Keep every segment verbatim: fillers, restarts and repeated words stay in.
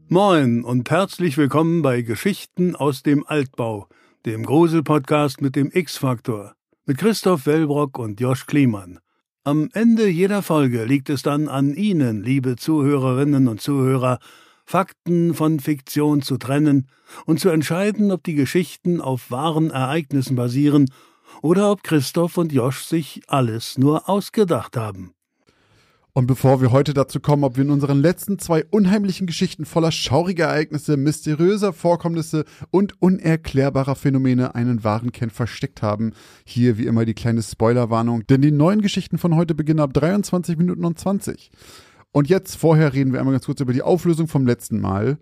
Moin und herzlich willkommen bei Geschichten aus dem Altbau, dem Grusel-Podcast mit dem X-Faktor, mit Christoph Wellbrock und Josh Kliemann. Am Ende jeder Folge liegt es dann an Ihnen, liebe Zuhörerinnen und Zuhörer, Fakten von Fiktion zu trennen und zu entscheiden, ob die Geschichten auf wahren Ereignissen basieren oder ob Christoph und Josh sich alles nur ausgedacht haben. Und bevor wir heute dazu kommen, ob wir in unseren letzten zwei unheimlichen Geschichten voller schauriger Ereignisse, mysteriöser Vorkommnisse und unerklärbarer Phänomene einen wahren Kern versteckt haben, hier wie immer die kleine Spoilerwarnung, denn die neuen Geschichten von heute beginnen ab dreiundzwanzig Minuten und zwanzig. Und jetzt, vorher reden wir einmal ganz kurz über die Auflösung vom letzten Mal.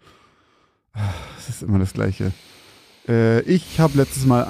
Es ist immer das Gleiche. Äh, ich habe letztes Mal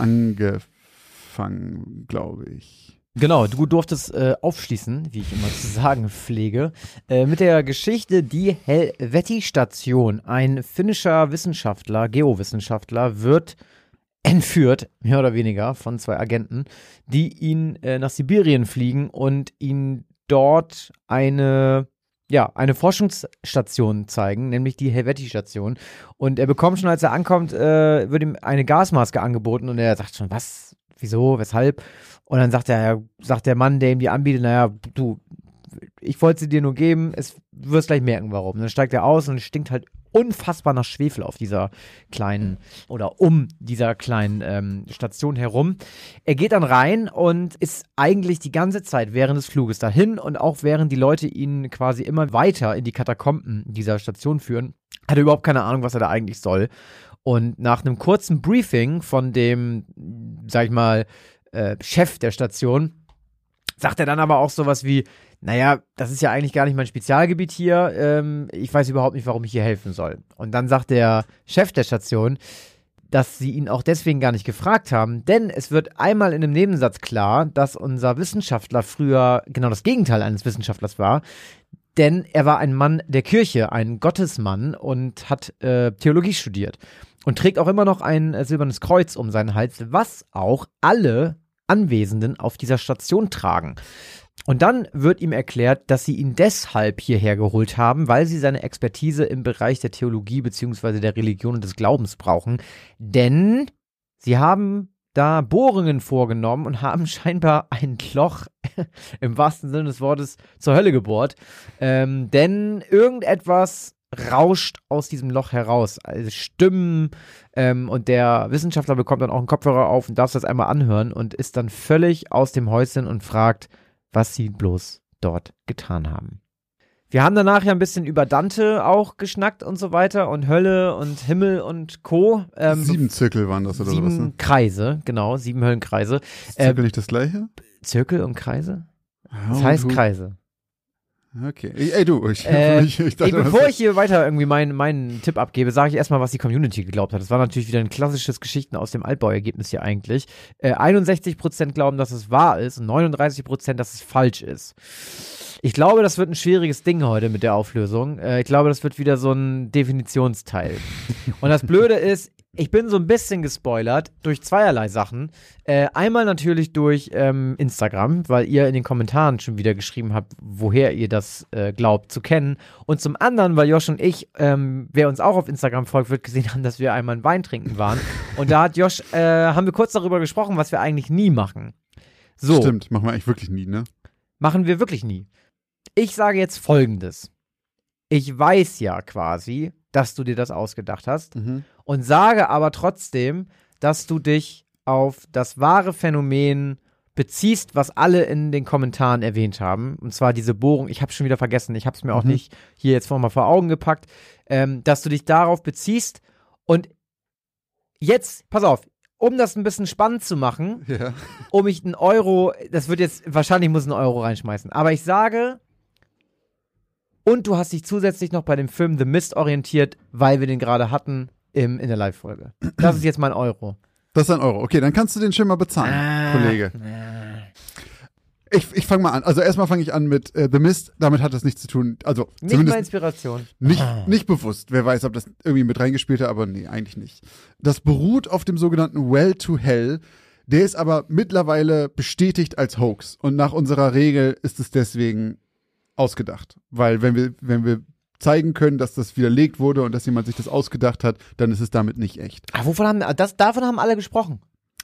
angefangen, glaube ich. Genau, du durftest äh, aufschließen, wie ich immer zu sagen pflege, äh, mit der Geschichte Die Helveti-Station. Ein finnischer Wissenschaftler, Geowissenschaftler, wird entführt, mehr oder weniger, von zwei Agenten, die ihn äh, nach Sibirien fliegen und ihn dort eine, ja, eine Forschungsstation zeigen, nämlich die Helveti-Station. Und er bekommt schon, als er ankommt, äh, wird ihm eine Gasmaske angeboten und er sagt schon, was, wieso, weshalb? Und dann sagt der, sagt der Mann, der ihm die anbietet, naja, du, ich wollte sie dir nur geben, es, du wirst gleich merken, warum. Und dann steigt er aus und es stinkt halt unfassbar nach Schwefel auf dieser kleinen, oder um dieser kleinen ähm, Station herum. Er geht dann rein und ist eigentlich die ganze Zeit während des Fluges dahin und auch während die Leute ihn quasi immer weiter in die Katakomben dieser Station führen, hat er überhaupt keine Ahnung, was er da eigentlich soll. Und nach einem kurzen Briefing von dem, sag ich mal, Äh, Chef der Station, sagt er dann aber auch sowas wie, naja, das ist ja eigentlich gar nicht mein Spezialgebiet hier, ähm, ich weiß überhaupt nicht, warum ich hier helfen soll. Und dann sagt der Chef der Station, dass sie ihn auch deswegen gar nicht gefragt haben, denn es wird einmal in einem Nebensatz klar, dass unser Wissenschaftler früher genau das Gegenteil eines Wissenschaftlers war, denn er war ein Mann der Kirche, ein Gottesmann und hat äh, Theologie studiert und trägt auch immer noch ein äh, silbernes Kreuz um seinen Hals, was auch alle Anwesenden auf dieser Station tragen. Und dann wird ihm erklärt, dass sie ihn deshalb hierher geholt haben, weil sie seine Expertise im Bereich der Theologie bzw. der Religion und des Glaubens brauchen. Denn sie haben da Bohrungen vorgenommen und haben scheinbar ein Loch im wahrsten Sinne des Wortes zur Hölle gebohrt. Ähm, denn irgendetwas rauscht aus diesem Loch heraus, also Stimmen, ähm, und der Wissenschaftler bekommt dann auch einen Kopfhörer auf und darf das einmal anhören und ist dann völlig aus dem Häuschen und fragt, was sie bloß dort getan haben. Wir haben danach ja ein bisschen über Dante auch geschnackt und so weiter und Hölle und Himmel und Co. Ähm, sieben Zirkel waren das oder sieben was? Ne? Kreise, genau, sieben Höllenkreise. Ist Zirkel äh, nicht das gleiche? Zirkel und Kreise? Das oh, heißt du. Kreise. Okay. Ey, du, ich, äh, ich, ich dachte, ey, bevor ich hier weiter irgendwie meinen, meinen Tipp abgebe, sage ich erstmal, was die Community geglaubt hat. Das war natürlich wieder ein klassisches Geschichten aus dem Altbauergebnis hier eigentlich. Äh, einundsechzig Prozent glauben, dass es wahr ist und neununddreißig Prozent, dass es falsch ist. Ich glaube, das wird ein schwieriges Ding heute mit der Auflösung. Äh, ich glaube, das wird wieder so ein Definitionsteil. Und das Blöde ist, ich bin so ein bisschen gespoilert durch zweierlei Sachen. Äh, einmal natürlich durch ähm, Instagram, weil ihr in den Kommentaren schon wieder geschrieben habt, woher ihr das äh, glaubt zu kennen. Und zum anderen, weil Josh und ich, ähm, wer uns auch auf Instagram folgt, wird gesehen haben, dass wir einmal einen Wein trinken waren. Und da hat Josh, äh, haben wir kurz darüber gesprochen, was wir eigentlich nie machen. So. Stimmt, machen wir eigentlich wirklich nie, ne? Machen wir wirklich nie. Ich sage jetzt Folgendes. Ich weiß ja quasi, dass du dir das ausgedacht hast, mhm. und sage aber trotzdem, dass du dich auf das wahre Phänomen beziehst, was alle in den Kommentaren erwähnt haben, und zwar diese Bohrung, ich habe schon wieder vergessen, ich habe es mir auch mhm. nicht hier jetzt mal vor Augen gepackt, ähm, dass du dich darauf beziehst und jetzt, pass auf, um das ein bisschen spannend zu machen, ja. um ich einen Euro, das wird jetzt, wahrscheinlich muss ich einen Euro reinschmeißen, aber ich sage, und du hast dich zusätzlich noch bei dem Film The Mist orientiert, weil wir den gerade hatten im, in der Live-Folge. Das ist jetzt mein Euro. Das ist ein Euro. Okay, dann kannst du den schon mal bezahlen, ah, Kollege. Ah. Ich, ich fange mal an. Also erstmal fange ich an mit äh, The Mist. Damit hat das nichts zu tun. Also nicht zumindest mal Inspiration. Nicht, ah. nicht bewusst. Wer weiß, ob das irgendwie mit reingespielt hat, aber nee, eigentlich nicht. Das beruht auf dem sogenannten Well to Hell. Der ist aber mittlerweile bestätigt als Hoax. Und nach unserer Regel ist es deswegen ausgedacht. Weil wenn wir, wenn wir zeigen können, dass das widerlegt wurde und dass jemand sich das ausgedacht hat, dann ist es damit nicht echt. Ah, wovon haben, das, davon haben alle gesprochen?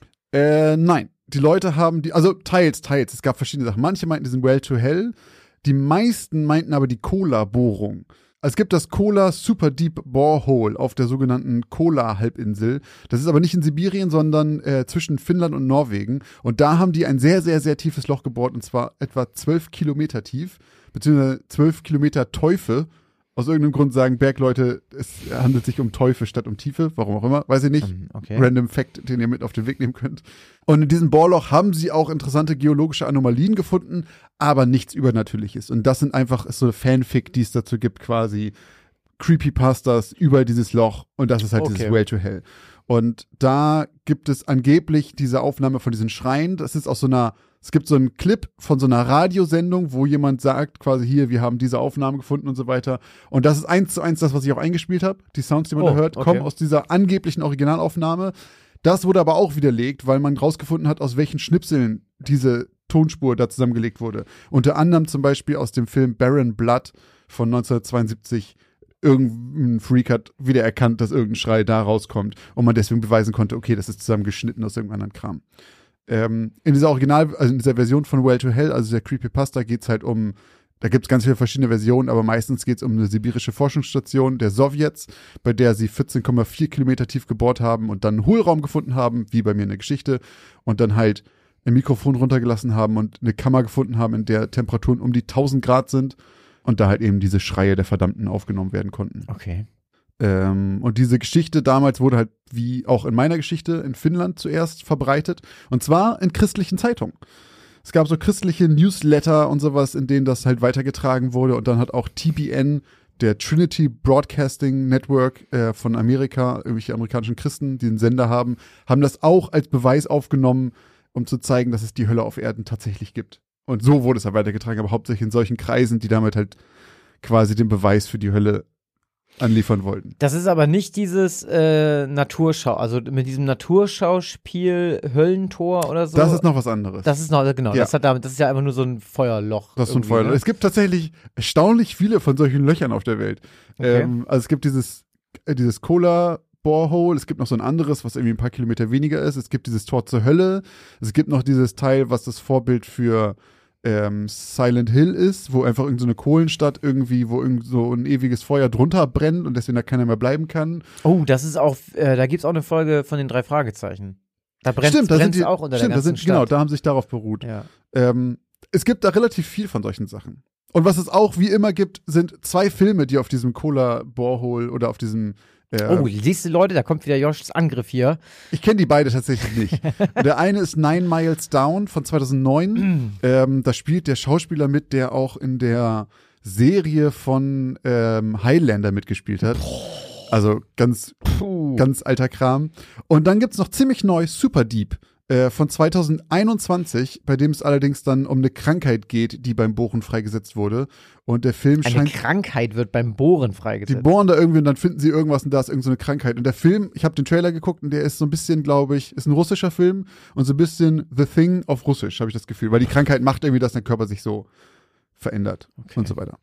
Äh, nein. Die Leute haben die, also teils, teils. Es gab verschiedene Sachen. Manche meinten, die sind well to hell. Die meisten meinten aber die Kola-Bohrung. Es gibt das Kola Super Deep Borehole auf der sogenannten Kola-Halbinsel. Das ist aber nicht in Sibirien, sondern äh, zwischen Finnland und Norwegen. Und da haben die ein sehr, sehr, sehr tiefes Loch gebohrt, und zwar etwa zwölf Kilometer tief, beziehungsweise zwölf Kilometer Teufel. Aus irgendeinem Grund sagen Bergleute, es handelt sich um Teufel statt um Tiefe, warum auch immer, weiß ich nicht. Um, okay. Random Fact, den ihr mit auf den Weg nehmen könnt. Und in diesem Bohrloch haben sie auch interessante geologische Anomalien gefunden, aber nichts Übernatürliches. Und das sind einfach ist so eine Fanfic, die es dazu gibt, quasi Creepypastas über dieses Loch, und das ist halt Okay. dieses Way to Hell. Und da gibt es angeblich diese Aufnahme von diesen Schreien, das ist aus so einer Es gibt so einen Clip von so einer Radiosendung, wo jemand sagt, quasi hier, wir haben diese Aufnahmen gefunden und so weiter. Und das ist eins zu eins das, was ich auch eingespielt habe. Die Sounds, die man Oh, da hört, okay. kommen aus dieser angeblichen Originalaufnahme. Das wurde aber auch widerlegt, weil man rausgefunden hat, aus welchen Schnipseln diese Tonspur da zusammengelegt wurde. Unter anderem zum Beispiel aus dem Film Baron Blood von neunzehnhundertzweiundsiebzig. Irgendein Freak hat wieder erkannt, dass irgendein Schrei da rauskommt und man deswegen beweisen konnte, okay, das ist zusammengeschnitten aus irgendeinem anderen Kram. Ähm, in dieser Original, also in dieser Version von Well to Hell, also der Creepypasta, geht es halt um, da gibt es ganz viele verschiedene Versionen, aber meistens geht es um eine sibirische Forschungsstation der Sowjets, bei der sie vierzehn Komma vier Kilometer tief gebohrt haben und dann einen Hohlraum gefunden haben, wie bei mir in der Geschichte, und dann halt ein Mikrofon runtergelassen haben und eine Kammer gefunden haben, in der Temperaturen um die tausend Grad sind und da halt eben diese Schreie der Verdammten aufgenommen werden konnten. Okay. Ähm, und diese Geschichte damals wurde halt, wie auch in meiner Geschichte, in Finnland zuerst verbreitet. Und zwar in christlichen Zeitungen. Es gab so christliche Newsletter und sowas, in denen das halt weitergetragen wurde. Und dann hat auch T B N, der Trinity Broadcasting Network äh, von Amerika, irgendwelche amerikanischen Christen, die einen Sender haben, haben das auch als Beweis aufgenommen, um zu zeigen, dass es die Hölle auf Erden tatsächlich gibt. Und so wurde es halt weitergetragen, aber hauptsächlich in solchen Kreisen, die damit halt quasi den Beweis für die Hölle anliefern wollten. Das ist aber nicht dieses äh, Naturschau, also mit diesem Naturschauspiel Höllentor oder so. Das ist noch was anderes. Das ist noch, genau, Ja. das, hat damit, das ist ja einfach nur so ein Feuerloch. Das ist ein irgendwie, Feuerloch. ne? Es gibt tatsächlich erstaunlich viele von solchen Löchern auf der Welt. Okay. Ähm, also es gibt dieses, äh, dieses Cola-Borehole, es gibt noch so ein anderes, was irgendwie ein paar Kilometer weniger ist. Es gibt dieses Tor zur Hölle. Es gibt noch dieses Teil, was das Vorbild für ähm, Silent Hill ist, wo einfach irgendeine so eine Kohlenstadt irgendwie, wo irgend so ein ewiges Feuer drunter brennt und deswegen da keiner mehr bleiben kann. Oh, das ist auch, äh, da gibt's auch eine Folge von den drei Fragezeichen. Da brennt Stimmt, da sind es die, auch unter stimmt, der da ganzen sind, genau, Stadt. da haben sich darauf beruht. Ja. Ähm, es gibt da relativ viel von solchen Sachen. Und was es auch wie immer gibt, sind zwei Filme, die auf diesem Cola-Borehole oder auf diesem äh, Oh, siehst du, Leute, da kommt wieder Joshs Angriff hier. Ich kenne die beide tatsächlich nicht. Der eine ist Nine Miles Down von zweitausendneun. ähm, da spielt der Schauspieler mit, der auch in der Serie von ähm, Highlander mitgespielt hat. Also ganz, Puh. ganz alter Kram. Und dann gibt's noch ziemlich neu Super Deep äh, von zweitausendeinundzwanzig, bei dem es allerdings dann um eine Krankheit geht, die beim Bohren freigesetzt wurde. Und der Film Eine scheint... Krankheit wird beim Bohren Die freigesetzt. bohren da irgendwie und dann finden sie irgendwas und da ist irgendeine Krankheit. Und der Film, ich habe den Trailer geguckt und der ist so ein bisschen, glaube ich, ist ein russischer Film und so ein bisschen The Thing auf Russisch, habe ich das Gefühl. Weil die Krankheit macht irgendwie, dass der Körper sich so verändert Okay. und so weiter.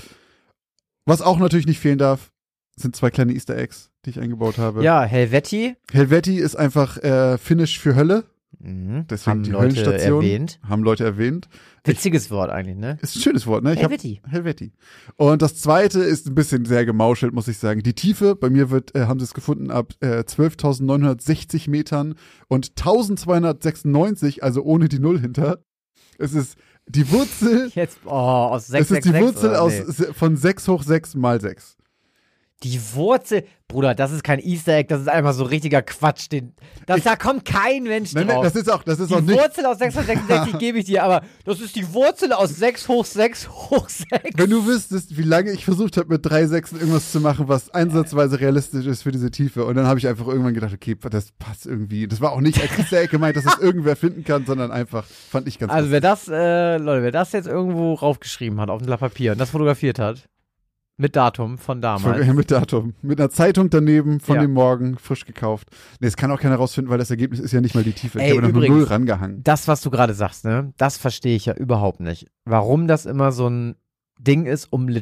Was auch natürlich nicht fehlen darf, sind zwei kleine Easter Eggs, die ich eingebaut habe. Ja, Helvetii. Helvetii ist einfach äh, Finnisch für Hölle. Mhm. Deswegen Haben die Leute Höllenstation. erwähnt. Haben Leute erwähnt. Witziges Wort eigentlich, ne? Ist ein schönes Wort, ne? Ich hab- Helvetii. Helvetii. Und das zweite ist ein bisschen sehr gemauschelt, muss ich sagen. Die Tiefe, bei mir wird, äh, haben sie es gefunden, ab äh, zwölftausendneunhundertsechzig Metern und eintausendzweihundertsechsundneunzig, also ohne die Null hinter. Es ist die Wurzel, Jetzt, oh, aus sechs es ist die sechs sechs, Wurzel oder? aus, Nee. se- von sechs hoch sechs mal sechs. Die Wurzel, Bruder, das ist kein Easter Egg, das ist einfach so richtiger Quatsch. Den, das, Ich- da kommt kein Mensch Nein, nein, drauf. das ist auch, das ist die auch nicht. Wurzel aus sechshundertsechsundsechzig gebe ich dir, aber das ist die Wurzel aus sechs hoch sechs hoch sechs. Wenn du wüsstest, wie lange ich versucht habe, mit drei Sechsen irgendwas zu machen, was einsatzweise realistisch ist für diese Tiefe. Und dann habe ich einfach irgendwann gedacht, okay, das passt irgendwie. Das war auch nicht als Easter Egg gemeint, dass es irgendwer finden kann, sondern einfach, fand ich ganz Also wer das, äh, Leute, wer das jetzt irgendwo raufgeschrieben hat auf ein Blatt Papier und das fotografiert hat, mit Datum von damals. Von, mit Datum. Mit einer Zeitung daneben von Ja. dem Morgen, frisch gekauft. Nee, das kann auch keiner rausfinden, weil das Ergebnis ist ja nicht mal die Tiefe. Ey, ich habe noch übrigens, null rangehangen. Das, was du gerade sagst, ne, das verstehe ich ja überhaupt nicht. Warum das immer so ein Ding ist, um legit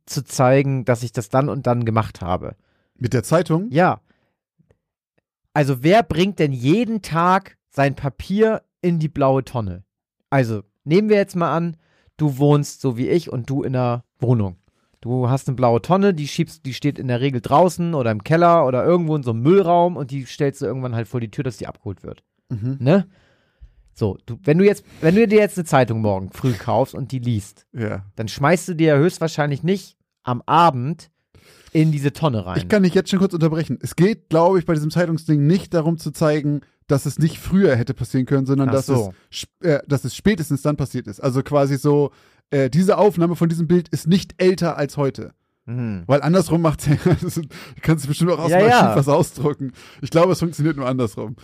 zu zeigen, dass ich das dann und dann gemacht habe. Mit der Zeitung? Ja. Also wer bringt denn jeden Tag sein Papier in die blaue Tonne? Also nehmen wir jetzt mal an, du wohnst so wie ich und du in einer Wohnung. Du hast eine blaue Tonne, die schiebst, die steht in der Regel draußen oder im Keller oder irgendwo in so einem Müllraum und die stellst du irgendwann halt vor die Tür, dass die abgeholt wird. Mhm. Ne? So, du, wenn du jetzt, wenn du dir jetzt eine Zeitung morgen früh kaufst und die liest, Ja. dann schmeißt du dir höchstwahrscheinlich nicht am Abend in diese Tonne rein. Ich kann dich jetzt schon kurz unterbrechen. Es geht, glaube ich, bei diesem Zeitungsding nicht darum zu zeigen, dass es nicht früher hätte passieren können, sondern Ach dass, so. es, äh, dass es spätestens dann passiert ist. Also quasi so, äh, diese Aufnahme von diesem Bild ist nicht älter als heute. Mhm. Weil andersrum macht es ja, du kannst bestimmt auch aus Ja, dem Archiv ja. was ausdrucken. Ich glaube, es funktioniert nur andersrum.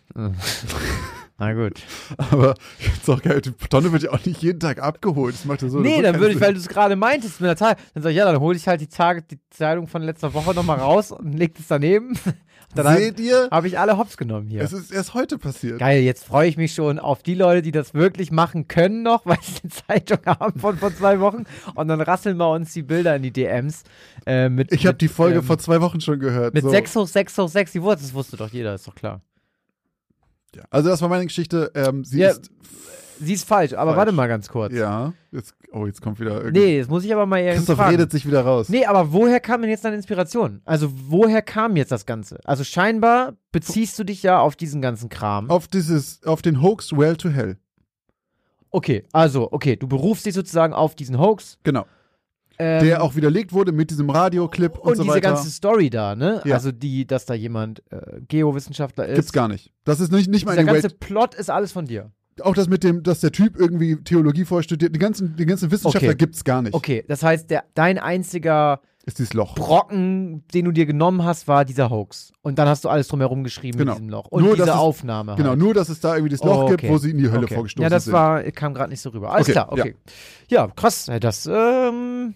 Na gut. Aber ist auch geil, die Tonne wird ja auch nicht jeden Tag abgeholt. Das macht ja so oder Nee, so dann keinen würde ich, Sinn. weil du es gerade meintest mit der Zahl, dann sag ich, ja, dann hole ich halt die, Tage, die Zeitung von letzter Woche nochmal raus und leg das daneben. Dann Seht ihr? habe ich alle hops genommen hier. Es ist erst heute passiert. Geil, jetzt freue ich mich schon auf die Leute, die das wirklich machen können noch, weil sie eine Zeitung haben von vor zwei Wochen und dann rasseln wir uns die Bilder in die D Ms. Äh, mit, Ich habe mit, die Folge ähm, vor zwei Wochen schon gehört. Mit so. sechs hoch sechs hoch sechs, die Wurzel, das wusste doch jeder, ist doch klar. Ja. Also das war meine Geschichte. Ähm, sie Ja, ist Sie ist falsch, aber Falsch. warte mal ganz kurz. ja. Jetzt, oh, jetzt kommt wieder irgendwie. Nee, das muss ich aber mal eher Christoph fragen. redet sich wieder raus. Nee, aber woher kam denn jetzt deine Inspiration? Also woher kam jetzt das Ganze? Also scheinbar beziehst du dich ja auf diesen ganzen Kram. Auf dieses, auf den Hoax Well to Hell. Okay, also, okay, du berufst dich sozusagen auf diesen Hoax. Genau. Ähm, Der auch widerlegt wurde mit diesem Radioclip und, und so diese weiter. ganze Story da, ne? Ja. Also die, dass da jemand äh, Geowissenschaftler ist. Gibt's gar nicht. Das ist nicht, nicht mal Dieser in ganze Welt. Plot ist alles von dir. Auch das mit dem, dass der Typ irgendwie Theologie vorher studiert, die ganzen, die ganzen Wissenschaftler Okay. gibt's gar nicht. Okay, das heißt, der, dein einziger Ist dieses Loch. Brocken, den du dir genommen hast, war dieser Hoax. Und dann hast du alles drumherum geschrieben Genau. mit diesem Loch. Und Nur, dass diese es- Aufnahme Genau, halt. nur, dass es da irgendwie das Loch Oh, gibt, okay. wo sie in die Hölle Okay. vorgestoßen Ja, das sind. war, kam gerade nicht so rüber. Alles Okay, klar, okay. Ja, krass. äh, Das, ähm,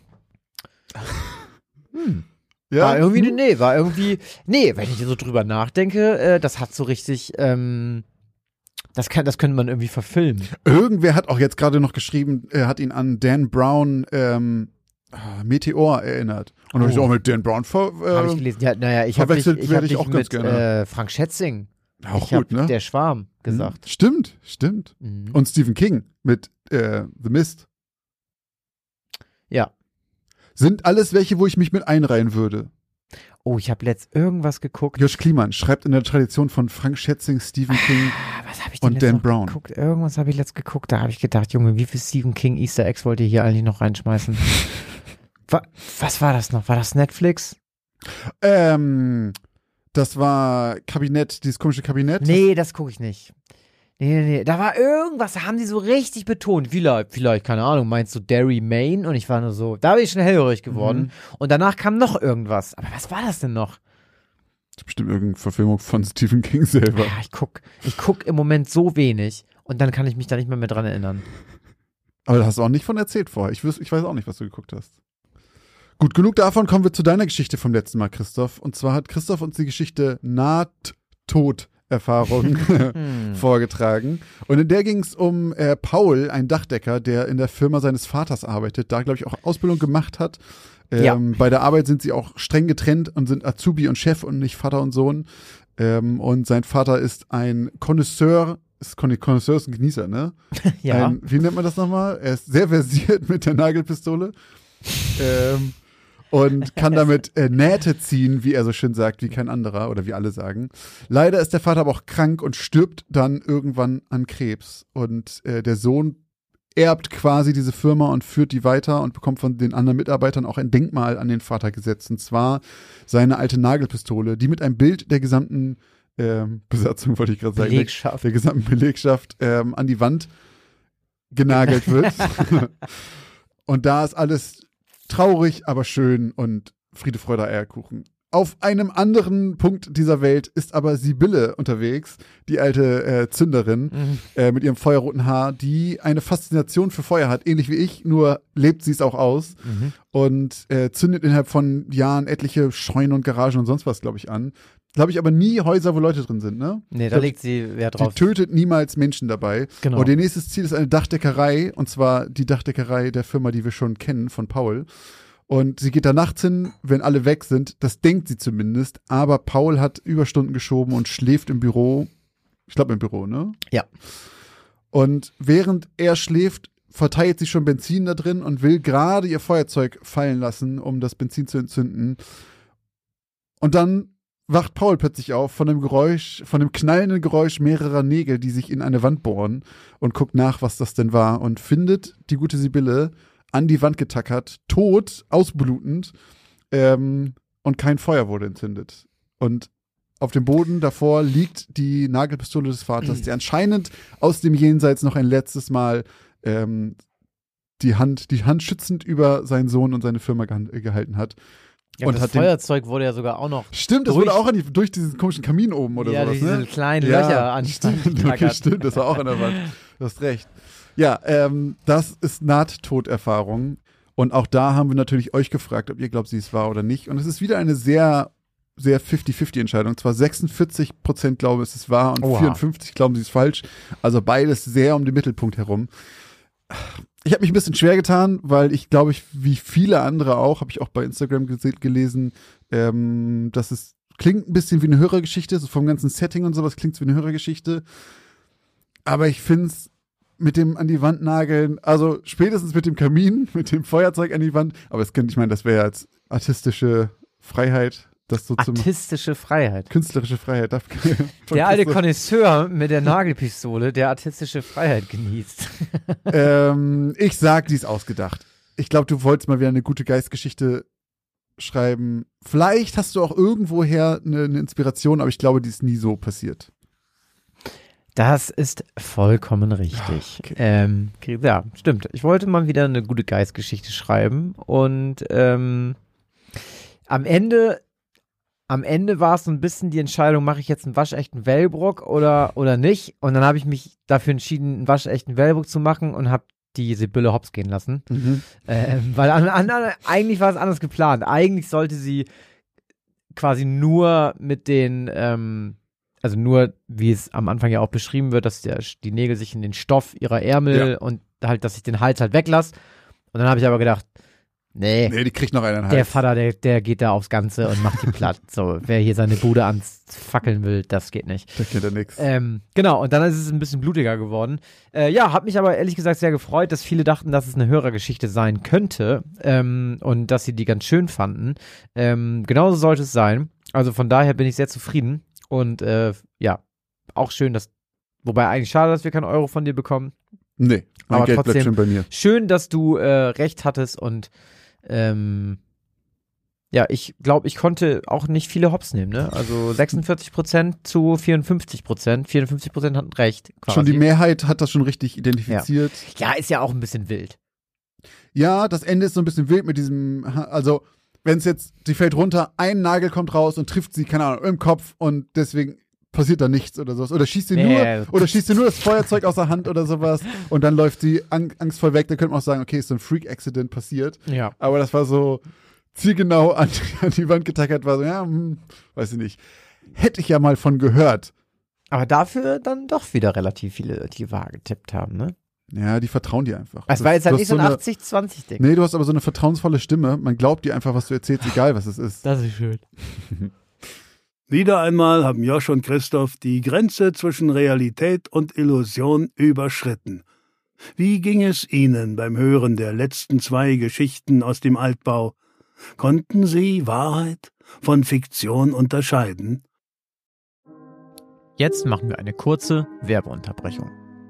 ja? war irgendwie, nee, war irgendwie, nee, wenn ich so drüber nachdenke, äh, das hat so richtig, ähm, das kann, das könnte man irgendwie verfilmen. Irgendwer hat auch jetzt gerade noch geschrieben, er hat ihn an Dan Brown ähm, ah, Meteor erinnert. Und da hab ich Oh. auch mit Dan Brown ver Habe ich äh, gelesen. Ja, naja, ich habe dich, verwechselt ich werde hab ich dich auch ganz mit gerne. äh, Frank Schätzing, auch ich hab gut, ne? der Schwarm gesagt. Mhm. Stimmt, stimmt. Mhm. Und Stephen King mit äh, The Mist. Ja. Sind alles welche, wo ich mich mit einreihen würde. Oh, ich habe letzt irgendwas geguckt. Josh Kliemann schreibt in der Tradition von Frank Schätzing, Stephen King. Ah, was habe ich denn Und letzt Dan noch Brown. geguckt? Irgendwas habe ich letzt geguckt. Da habe ich gedacht, Junge, wie viel Stephen King Easter Eggs wollt ihr hier eigentlich noch reinschmeißen? Wa- was war das noch? War das Netflix? Ähm, das war Kabinett, dieses komische Kabinett. Nee, das gucke ich nicht. Nee, nee, nee. Da war irgendwas, da haben die so richtig betont. Vielleicht, vielleicht, keine Ahnung, meinst du Derry, Maine? Und ich war nur so, da bin ich schon hellhörig geworden. Mhm. Und danach kam noch irgendwas. Aber was war das denn noch? Das ist bestimmt irgendeine Verfilmung von Stephen King selber. Ja, ich guck, ich guck im Moment so wenig. Und dann kann ich mich da nicht mehr, mehr dran erinnern. Aber da hast du auch nicht von erzählt vorher. Ich, wüs- ich weiß auch nicht, was du geguckt hast. Gut, genug davon, kommen wir zu deiner Geschichte vom letzten Mal, Christoph. Und zwar hat Christoph uns die Geschichte Nahtoderfahrung vorgetragen. Und in der ging es um äh, Paul, einen Dachdecker, der in der Firma seines Vaters arbeitet, da, glaube ich, auch Ausbildung gemacht hat. Ähm, Ja. Bei der Arbeit sind sie auch streng getrennt und sind Azubi und Chef und nicht Vater und Sohn. Ähm, und sein Vater ist ein Connoisseur, ist Con- Connoisseur ist ein Genießer, ne? Ja. Ein, wie nennt man das nochmal? Er ist sehr versiert mit der Nagelpistole. ähm, und kann damit äh, Nähte ziehen, wie er so schön sagt, wie kein anderer oder wie alle sagen. Leider ist der Vater aber auch krank und stirbt dann irgendwann an Krebs. Und äh, der Sohn erbt quasi diese Firma und führt die weiter und bekommt von den anderen Mitarbeitern auch ein Denkmal an den Vater gesetzt. Und zwar seine alte Nagelpistole, die mit einem Bild der gesamten ähm, Besatzung, wollte ich gerade sagen, Belegschaft. der gesamten Belegschaft ähm, an die Wand genagelt wird. Und da ist alles traurig, aber schön und Friede, Freude, Eierkuchen. Auf einem anderen Punkt dieser Welt ist aber Sibylle unterwegs, die alte äh, Zünderin Mhm. äh, mit ihrem feuerroten Haar, die eine Faszination für Feuer hat, ähnlich wie ich, nur lebt sie es auch aus Mhm. und äh, zündet innerhalb von Jahren etliche Scheunen und Garagen und sonst was, glaube ich, an. Glaube ich aber nie Häuser, wo Leute drin sind, ne? Nee, Ich da glaub, legt sie Wert die drauf. tötet niemals Menschen dabei. Genau. Und ihr nächstes Ziel ist eine Dachdeckerei, und zwar die Dachdeckerei der Firma, die wir schon kennen, von Paul. Und sie geht da nachts hin, wenn alle weg sind. Das denkt sie zumindest. Aber Paul hat Überstunden geschoben und schläft im Büro. Ich glaube im Büro, ne? Ja. Und während er schläft, verteilt sie schon Benzin da drin und will gerade ihr Feuerzeug fallen lassen, um das Benzin zu entzünden. Und dann wacht Paul plötzlich auf von dem Geräusch, von dem knallenden Geräusch mehrerer Nägel, die sich in eine Wand bohren, und guckt nach, was das denn war, und findet die gute Sibylle an die Wand getackert, tot, ausblutend, ähm, und kein Feuer wurde entzündet. Und auf dem Boden davor liegt die Nagelpistole des Vaters, der anscheinend aus dem Jenseits noch ein letztes Mal ähm, die Hand, die Hand schützend über seinen Sohn und seine Firma ge- gehalten hat. Ja, und das hat Feuerzeug den, wurde ja sogar auch noch. Stimmt, das durch, wurde auch an die, durch diesen komischen Kamin oben oder ja, sowas, diese ne? kleinen Ja, Löcher an stimmt, okay, stimmt, das war auch an der Wand. Du hast recht. Ja, ähm, das ist Nahtoderfahrung. Und auch da haben wir natürlich euch gefragt, ob ihr glaubt, sie es war oder nicht. Und es ist wieder eine sehr, sehr fifty-fifty Entscheidung. Zwar sechsundvierzig Prozent glauben, es ist wahr, und Oha. vierundfünfzig glauben, sie ist falsch. Also beides sehr um den Mittelpunkt herum. Ich habe mich ein bisschen schwer getan, weil ich glaube, ich, wie viele andere auch, habe ich auch bei Instagram gese- gelesen, ähm, dass es klingt ein bisschen wie eine Hörergeschichte, so vom ganzen Setting und sowas klingt es wie eine Hörergeschichte. Aber ich finde es mit dem an die Wand nageln, also spätestens mit dem Kamin, mit dem Feuerzeug an die Wand, aber es könnte, ich meine, das wäre ja jetzt artistische Freiheit, das so zum Artistische Freiheit. künstlerische Freiheit. Darf, Der alte Connoisseur mit der Nagelpistole, der artistische Freiheit genießt. ähm, ich sag, die ist ausgedacht. Ich glaube, du wolltest mal wieder eine gute Geistgeschichte schreiben. Vielleicht hast du auch irgendwoher eine, eine Inspiration, aber ich glaube, die ist nie so passiert. Das ist vollkommen richtig. Okay. Ähm, ja, stimmt. Ich wollte mal wieder eine gute Geistgeschichte schreiben, und ähm, am Ende Am Ende war es so ein bisschen die Entscheidung, mache ich jetzt einen waschechten Wellbrock oder, oder nicht? Und dann habe ich mich dafür entschieden, einen waschechten Wellbrock zu machen und habe die Sibylle hops gehen lassen. Mhm. Ähm, weil an, an, eigentlich war es anders geplant. Eigentlich sollte sie quasi nur mit den, ähm, also nur, wie es am Anfang ja auch beschrieben wird, dass der, die Nägel sich in den Stoff ihrer Ärmel Ja. und halt, dass ich den Hals halt weglasse. Und dann habe ich aber gedacht, nee, Nee, die kriegt noch einen Hals. der Vater, der, der geht da aufs Ganze und macht die platt. So, wer hier seine Bude ans fackeln will, das geht nicht. Da geht ja nix. Ähm, genau, und dann ist es ein bisschen blutiger geworden. Äh, ja, hat mich aber ehrlich gesagt sehr gefreut, dass viele dachten, dass es eine Hörergeschichte sein könnte, ähm, und dass sie die ganz schön fanden. Ähm, genauso sollte es sein. Also von daher bin ich sehr zufrieden, und äh, ja, auch schön, dass, wobei eigentlich schade, dass wir keinen Euro von dir bekommen. Nee, mein aber Geld trotzdem- bleibt schön bei mir. Schön, dass du äh, recht hattest, und ähm, ja, ich glaube, ich konnte auch nicht viele Hops nehmen, ne? Also sechsundvierzig Prozent zu vierundfünfzig Prozent. vierundfünfzig Prozent hatten recht. Quasi. Schon die Mehrheit hat das schon richtig identifiziert. Ja, ist ja auch ein bisschen wild. Ja, das Ende ist so ein bisschen wild mit diesem, also wenn es jetzt, sie fällt runter, ein Nagel kommt raus und trifft sie, keine Ahnung, im Kopf, und deswegen passiert da nichts oder sowas. Oder schießt sie Nee. nur, oder schießt sie nur das Feuerzeug aus der Hand oder sowas, und dann läuft sie ang- angstvoll weg. Da könnte man auch sagen, okay, ist so ein Freak-Accident passiert. Ja. Aber das war so zielgenau an, an die Wand getackert, war so, ja, hm, weiß ich nicht. Hätte ich ja mal von gehört. Aber dafür dann doch wieder relativ viele, die wahr getippt haben, ne? Ja, die vertrauen dir einfach. Es Du- war jetzt du halt hast nicht so ein eine- achtzig zwanzig Ding. Nee, du hast aber so eine vertrauensvolle Stimme. Man glaubt dir einfach, was du erzählst, egal was es ist. Das ist schön. Wieder einmal haben Josh und Christoph die Grenze zwischen Realität und Illusion überschritten. Wie ging es Ihnen beim Hören der letzten zwei Geschichten aus dem Altbau? Konnten Sie Wahrheit von Fiktion unterscheiden? Jetzt machen wir eine kurze Werbeunterbrechung.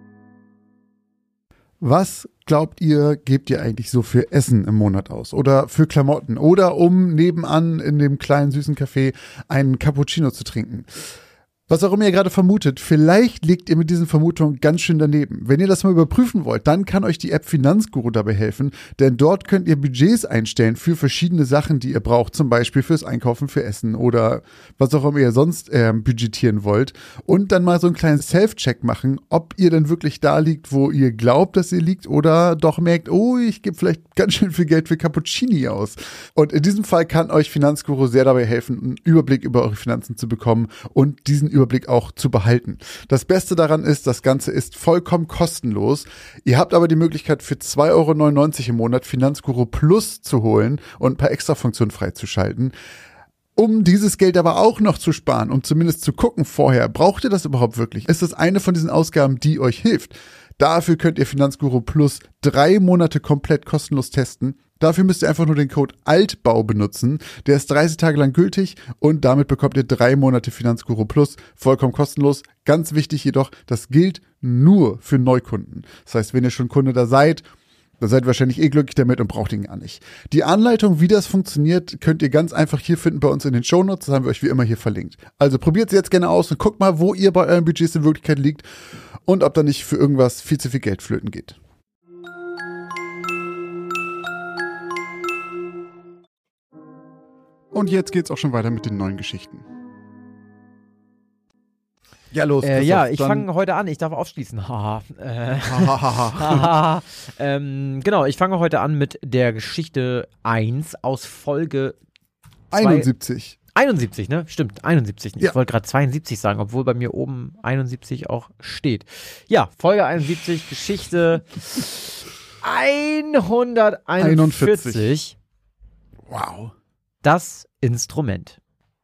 Was glaubt ihr, gebt ihr eigentlich so für Essen im Monat aus? Oder für Klamotten? Oder um nebenan in dem kleinen süßen Café einen Cappuccino zu trinken? Was auch immer ihr gerade vermutet, vielleicht liegt ihr mit diesen Vermutungen ganz schön daneben. Wenn ihr das mal überprüfen wollt, dann kann euch die App Finanzguru dabei helfen, denn dort könnt ihr Budgets einstellen für verschiedene Sachen, die ihr braucht, zum Beispiel fürs Einkaufen, für Essen oder was auch immer ihr sonst äh, budgetieren wollt, und dann mal so einen kleinen Self-Check machen, ob ihr denn wirklich da liegt, wo ihr glaubt, dass ihr liegt, oder doch merkt, oh, ich gebe vielleicht ganz schön viel Geld für Cappuccini aus. Und in diesem Fall kann euch Finanzguru sehr dabei helfen, einen Überblick über eure Finanzen zu bekommen und diesen Überblick auch zu behalten. Das Beste daran ist, das Ganze ist vollkommen kostenlos. Ihr habt aber die Möglichkeit für zwei Euro neunundneunzig im Monat Finanzguru Plus zu holen und ein paar Extrafunktionen freizuschalten. Um dieses Geld aber auch noch zu sparen, um zumindest zu gucken vorher, braucht ihr das überhaupt wirklich? Ist das eine von diesen Ausgaben, die euch hilft? Dafür könnt ihr Finanzguru Plus drei Monate komplett kostenlos testen. Dafür müsst ihr einfach nur den Code ALTBAU benutzen. Der ist dreißig Tage lang gültig und damit bekommt ihr drei Monate Finanzguru Plus vollkommen kostenlos. Ganz wichtig jedoch, das gilt nur für Neukunden. Das heißt, wenn ihr schon Kunde da seid, dann seid ihr wahrscheinlich eh glücklich damit und braucht ihn gar nicht. Die Anleitung, wie das funktioniert, könnt ihr ganz einfach hier finden bei uns in den Shownotes. Das haben wir euch wie immer hier verlinkt. Also probiert es jetzt gerne aus und guckt mal, wo ihr bei euren Budgets in Wirklichkeit liegt und ob da nicht für irgendwas viel zu viel Geld flöten geht. Und jetzt geht's auch schon weiter mit den neuen Geschichten. Ja, los. Äh, ja, ich fange heute an. Ich darf aufschließen. Haha. äh, Haha. ähm, genau, ich fange heute an mit der Geschichte eins aus Folge einundsiebzig. einundsiebzig, ne? Stimmt, einundsiebzig. Ich Ja. wollte gerade zweiundsiebzig sagen, obwohl bei mir oben einundsiebzig auch steht. Ja, Folge einundsiebzig, Geschichte hunderteinundvierzig. Wow. Das Instrument.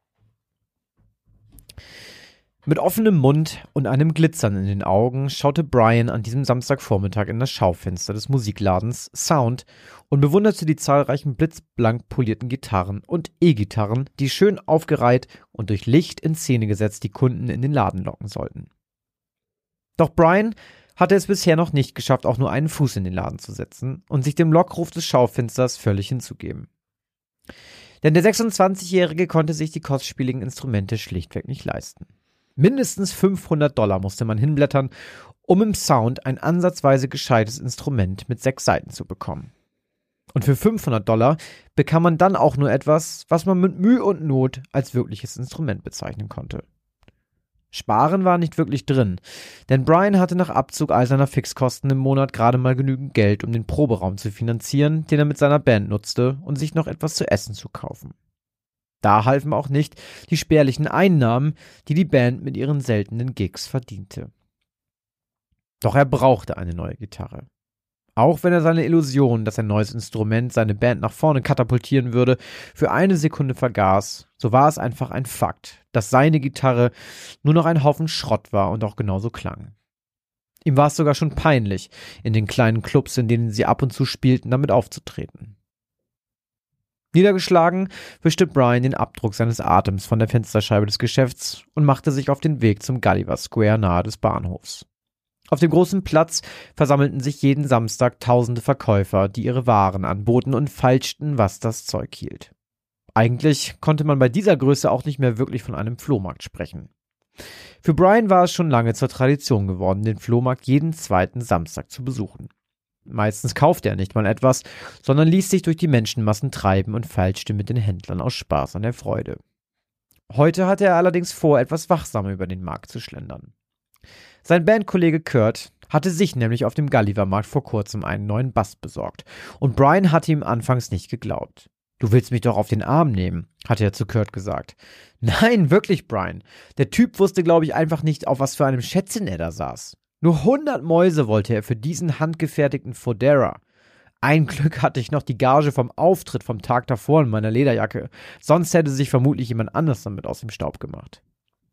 Mit offenem Mund und einem Glitzern in den Augen schaute Brian an diesem Samstagvormittag in das Schaufenster des Musikladens Sound und bewunderte die zahlreichen blitzblank polierten Gitarren und E-Gitarren, die schön aufgereiht und durch Licht in Szene gesetzt die Kunden in den Laden locken sollten. Doch Brian hatte es bisher noch nicht geschafft, auch nur einen Fuß in den Laden zu setzen und sich dem Lockruf des Schaufensters völlig hinzugeben. Denn der sechsundzwanzigjährige konnte sich die kostspieligen Instrumente schlichtweg nicht leisten. Mindestens fünfhundert Dollar musste man hinblättern, um im Sound ein ansatzweise gescheites Instrument mit sechs Saiten zu bekommen. Und für fünfhundert Dollar bekam man dann auch nur etwas, was man mit Mühe und Not als wirkliches Instrument bezeichnen konnte. Sparen war nicht wirklich drin, denn Brian hatte nach Abzug all seiner Fixkosten im Monat gerade mal genügend Geld, um den Proberaum zu finanzieren, den er mit seiner Band nutzte, und sich noch etwas zu essen zu kaufen. Da halfen auch nicht die spärlichen Einnahmen, die die Band mit ihren seltenen Gigs verdiente. Doch er brauchte eine neue Gitarre. Auch wenn er seine Illusion, dass ein neues Instrument seine Band nach vorne katapultieren würde, für eine Sekunde vergaß, so war es einfach ein Fakt, dass seine Gitarre nur noch ein Haufen Schrott war und auch genauso klang. Ihm war es sogar schon peinlich, in den kleinen Clubs, in denen sie ab und zu spielten, damit aufzutreten. Niedergeschlagen wischte Brian den Abdruck seines Atems von der Fensterscheibe des Geschäfts und machte sich auf den Weg zum Gulliver Square nahe des Bahnhofs. Auf dem großen Platz versammelten sich jeden Samstag tausende Verkäufer, die ihre Waren anboten und feilschten, was das Zeug hielt. Eigentlich konnte man bei dieser Größe auch nicht mehr wirklich von einem Flohmarkt sprechen. Für Brian war es schon lange zur Tradition geworden, den Flohmarkt jeden zweiten Samstag zu besuchen. Meistens kaufte er nicht mal etwas, sondern ließ sich durch die Menschenmassen treiben und feilschte mit den Händlern aus Spaß an der Freude. Heute hatte er allerdings vor, etwas wachsamer über den Markt zu schlendern. Sein Bandkollege Kurt hatte sich nämlich auf dem Gulliver-Markt vor kurzem einen neuen Bass besorgt und Brian hatte ihm anfangs nicht geglaubt. »Du willst mich doch auf den Arm nehmen«, hatte er zu Kurt gesagt. »Nein, wirklich, Brian. Der Typ wusste, glaube ich, einfach nicht, auf was für einem Schätzchen er da saß. Nur hundert Mäuse wollte er für diesen handgefertigten Fodera. Ein Glück hatte ich noch die Gage vom Auftritt vom Tag davor in meiner Lederjacke. Sonst hätte sich vermutlich jemand anders damit aus dem Staub gemacht.«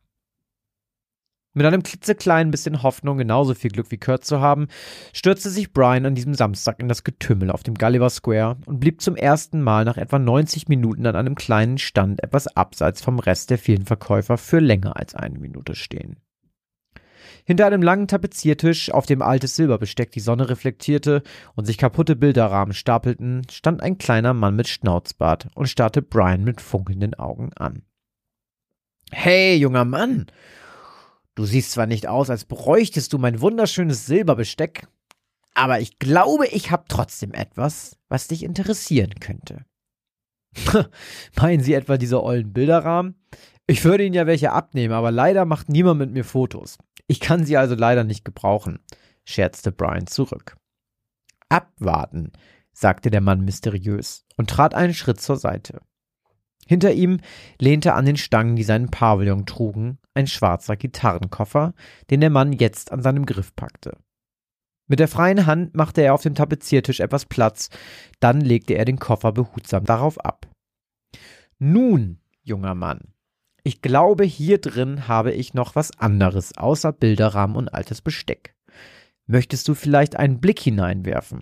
Mit einem klitzekleinen bisschen Hoffnung, genauso viel Glück wie Kurt zu haben, stürzte sich Brian an diesem Samstag in das Getümmel auf dem Gulliver Square und blieb zum ersten Mal nach etwa neunzig Minuten an einem kleinen Stand etwas abseits vom Rest der vielen Verkäufer für länger als eine Minute stehen. Hinter einem langen Tapeziertisch, auf dem altes Silberbesteck die Sonne reflektierte und sich kaputte Bilderrahmen stapelten, stand ein kleiner Mann mit Schnauzbart und starrte Brian mit funkelnden Augen an. »Hey, junger Mann! Du siehst zwar nicht aus, als bräuchtest du mein wunderschönes Silberbesteck, aber ich glaube, ich habe trotzdem etwas, was dich interessieren könnte.« »Meinen Sie etwa diese ollen Bilderrahmen? Ich würde Ihnen ja welche abnehmen, aber leider macht niemand mit mir Fotos. Ich kann sie also leider nicht gebrauchen«, scherzte Brian zurück. »Abwarten«, sagte der Mann mysteriös und trat einen Schritt zur Seite. Hinter ihm lehnte an den Stangen, die seinen Pavillon trugen, ein schwarzer Gitarrenkoffer, den der Mann jetzt an seinem Griff packte. Mit der freien Hand machte er auf dem Tapeziertisch etwas Platz, dann legte er den Koffer behutsam darauf ab. »Nun, junger Mann, ich glaube, hier drin habe ich noch was anderes, außer Bilderrahmen und altes Besteck. Möchtest du vielleicht einen Blick hineinwerfen?«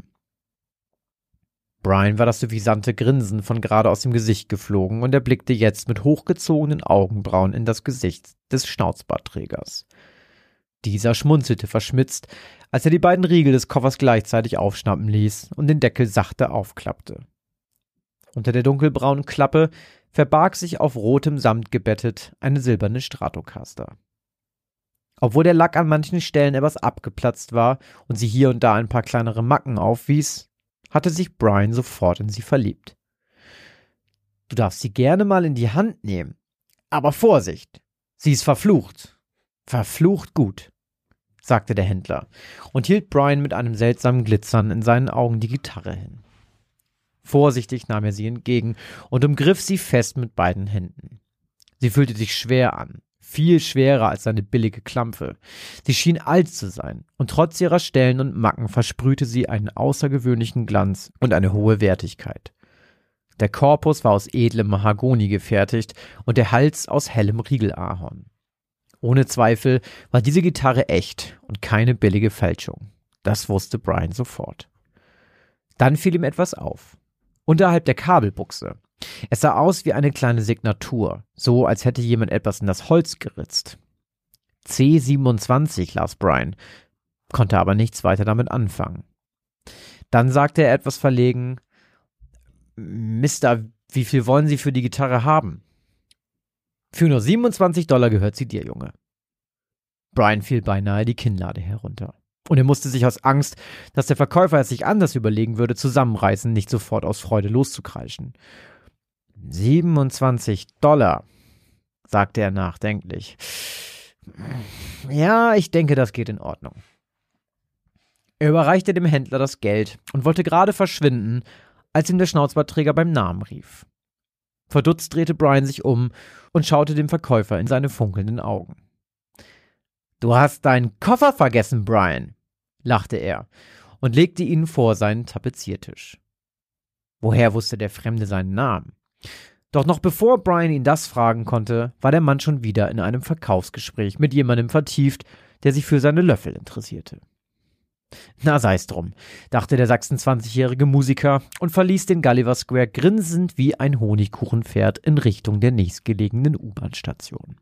Brian war das suffisante Grinsen von gerade aus dem Gesicht geflogen und er blickte jetzt mit hochgezogenen Augenbrauen in das Gesicht des Schnauzbartträgers. Dieser schmunzelte verschmitzt, als er die beiden Riegel des Koffers gleichzeitig aufschnappen ließ und den Deckel sachte aufklappte. Unter der dunkelbraunen Klappe verbarg sich auf rotem Samt gebettet eine silberne Stratocaster. Obwohl der Lack an manchen Stellen etwas abgeplatzt war und sie hier und da ein paar kleinere Macken aufwies, hatte sich Brian sofort in sie verliebt. »Du darfst sie gerne mal in die Hand nehmen. Aber Vorsicht, sie ist verflucht. Verflucht gut«, sagte der Händler und hielt Brian mit einem seltsamen Glitzern in seinen Augen die Gitarre hin. Vorsichtig nahm er sie entgegen und umgriff sie fest mit beiden Händen. Sie fühlte sich schwer an, viel schwerer als seine billige Klampfe. Sie schien alt zu sein, und trotz ihrer Stellen und Macken versprühte sie einen außergewöhnlichen Glanz und eine hohe Wertigkeit. Der Korpus war aus edlem Mahagoni gefertigt und der Hals aus hellem Riegelahorn. Ohne Zweifel war diese Gitarre echt und keine billige Fälschung. Das wusste Brian sofort. Dann fiel ihm etwas auf. Unterhalb der Kabelbuchse. Es sah aus wie eine kleine Signatur, so als hätte jemand etwas in das Holz geritzt. C siebenundzwanzig las Brian, konnte aber nichts weiter damit anfangen. Dann sagte er etwas verlegen: »Mister, wie viel wollen Sie für die Gitarre haben?« »Für nur siebenundzwanzig Dollar gehört sie dir, Junge.« Brian fiel beinahe die Kinnlade herunter. Und er musste sich aus Angst, dass der Verkäufer es sich anders überlegen würde, zusammenreißen, nicht sofort aus Freude loszukreischen. siebenundzwanzig Dollar, sagte er nachdenklich. Ja, ich denke, das geht in Ordnung. Er überreichte dem Händler das Geld und wollte gerade verschwinden, als ihm der Schnauzbartträger beim Namen rief. Verdutzt drehte Brian sich um und schaute dem Verkäufer in seine funkelnden Augen. »Du hast deinen Koffer vergessen, Brian«, lachte er und legte ihn vor seinen Tapeziertisch. Woher wusste der Fremde seinen Namen? Doch noch bevor Brian ihn das fragen konnte, war der Mann schon wieder in einem Verkaufsgespräch mit jemandem vertieft, der sich für seine Löffel interessierte. Na sei's drum, dachte der sechsundzwanzigjährige Musiker und verließ den Gulliver Square grinsend wie ein Honigkuchenpferd in Richtung der nächstgelegenen U-Bahn-Station.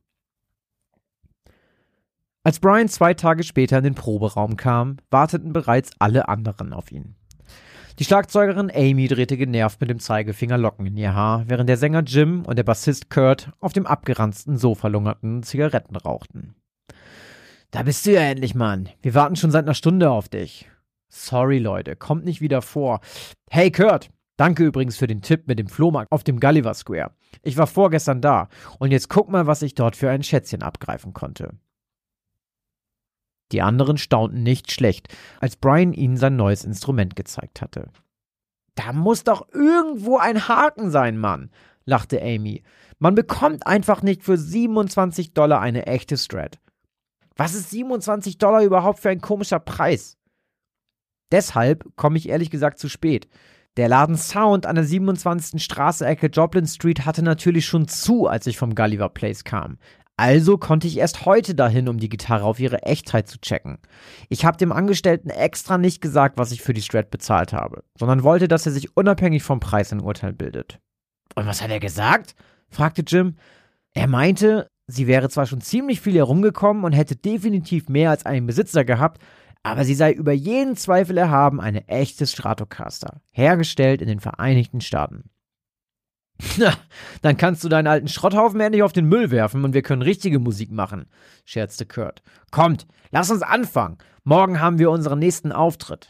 Als Brian zwei Tage später in den Proberaum kam, warteten bereits alle anderen auf ihn. Die Schlagzeugerin Amy drehte genervt mit dem Zeigefinger Locken in ihr Haar, während der Sänger Jim und der Bassist Kurt auf dem abgeranzten Sofa lungerten und Zigaretten rauchten. »Da bist du ja endlich, Mann. Wir warten schon seit einer Stunde auf dich.« »Sorry, Leute, kommt nicht wieder vor. Hey, Kurt, danke übrigens für den Tipp mit dem Flohmarkt auf dem Gulliver Square. Ich war vorgestern da und jetzt guck mal, was ich dort für ein Schätzchen abgreifen konnte.« Die anderen staunten nicht schlecht, als Brian ihnen sein neues Instrument gezeigt hatte. »Da muss doch irgendwo ein Haken sein, Mann«, lachte Amy. »Man bekommt einfach nicht für siebenundzwanzig Dollar eine echte Strat. Was ist siebenundzwanzig Dollar überhaupt für ein komischer Preis? Deshalb komme ich ehrlich gesagt zu spät. Der Laden Sound an der siebenundzwanzigsten Straße Ecke Joplin Street hatte natürlich schon zu, als ich vom Gulliver Place kam. Also konnte ich erst heute dahin, um die Gitarre auf ihre Echtheit zu checken. Ich habe dem Angestellten extra nicht gesagt, was ich für die Strat bezahlt habe, sondern wollte, dass er sich unabhängig vom Preis ein Urteil bildet.« »Und was hat er gesagt?« fragte Jim. »Er meinte, sie wäre zwar schon ziemlich viel herumgekommen und hätte definitiv mehr als einen Besitzer gehabt, aber sie sei über jeden Zweifel erhaben eine echte Stratocaster, hergestellt in den Vereinigten Staaten.« »Na, dann kannst du deinen alten Schrotthaufen endlich auf den Müll werfen und wir können richtige Musik machen«, scherzte Kurt. »Kommt, lass uns anfangen. Morgen haben wir unseren nächsten Auftritt.«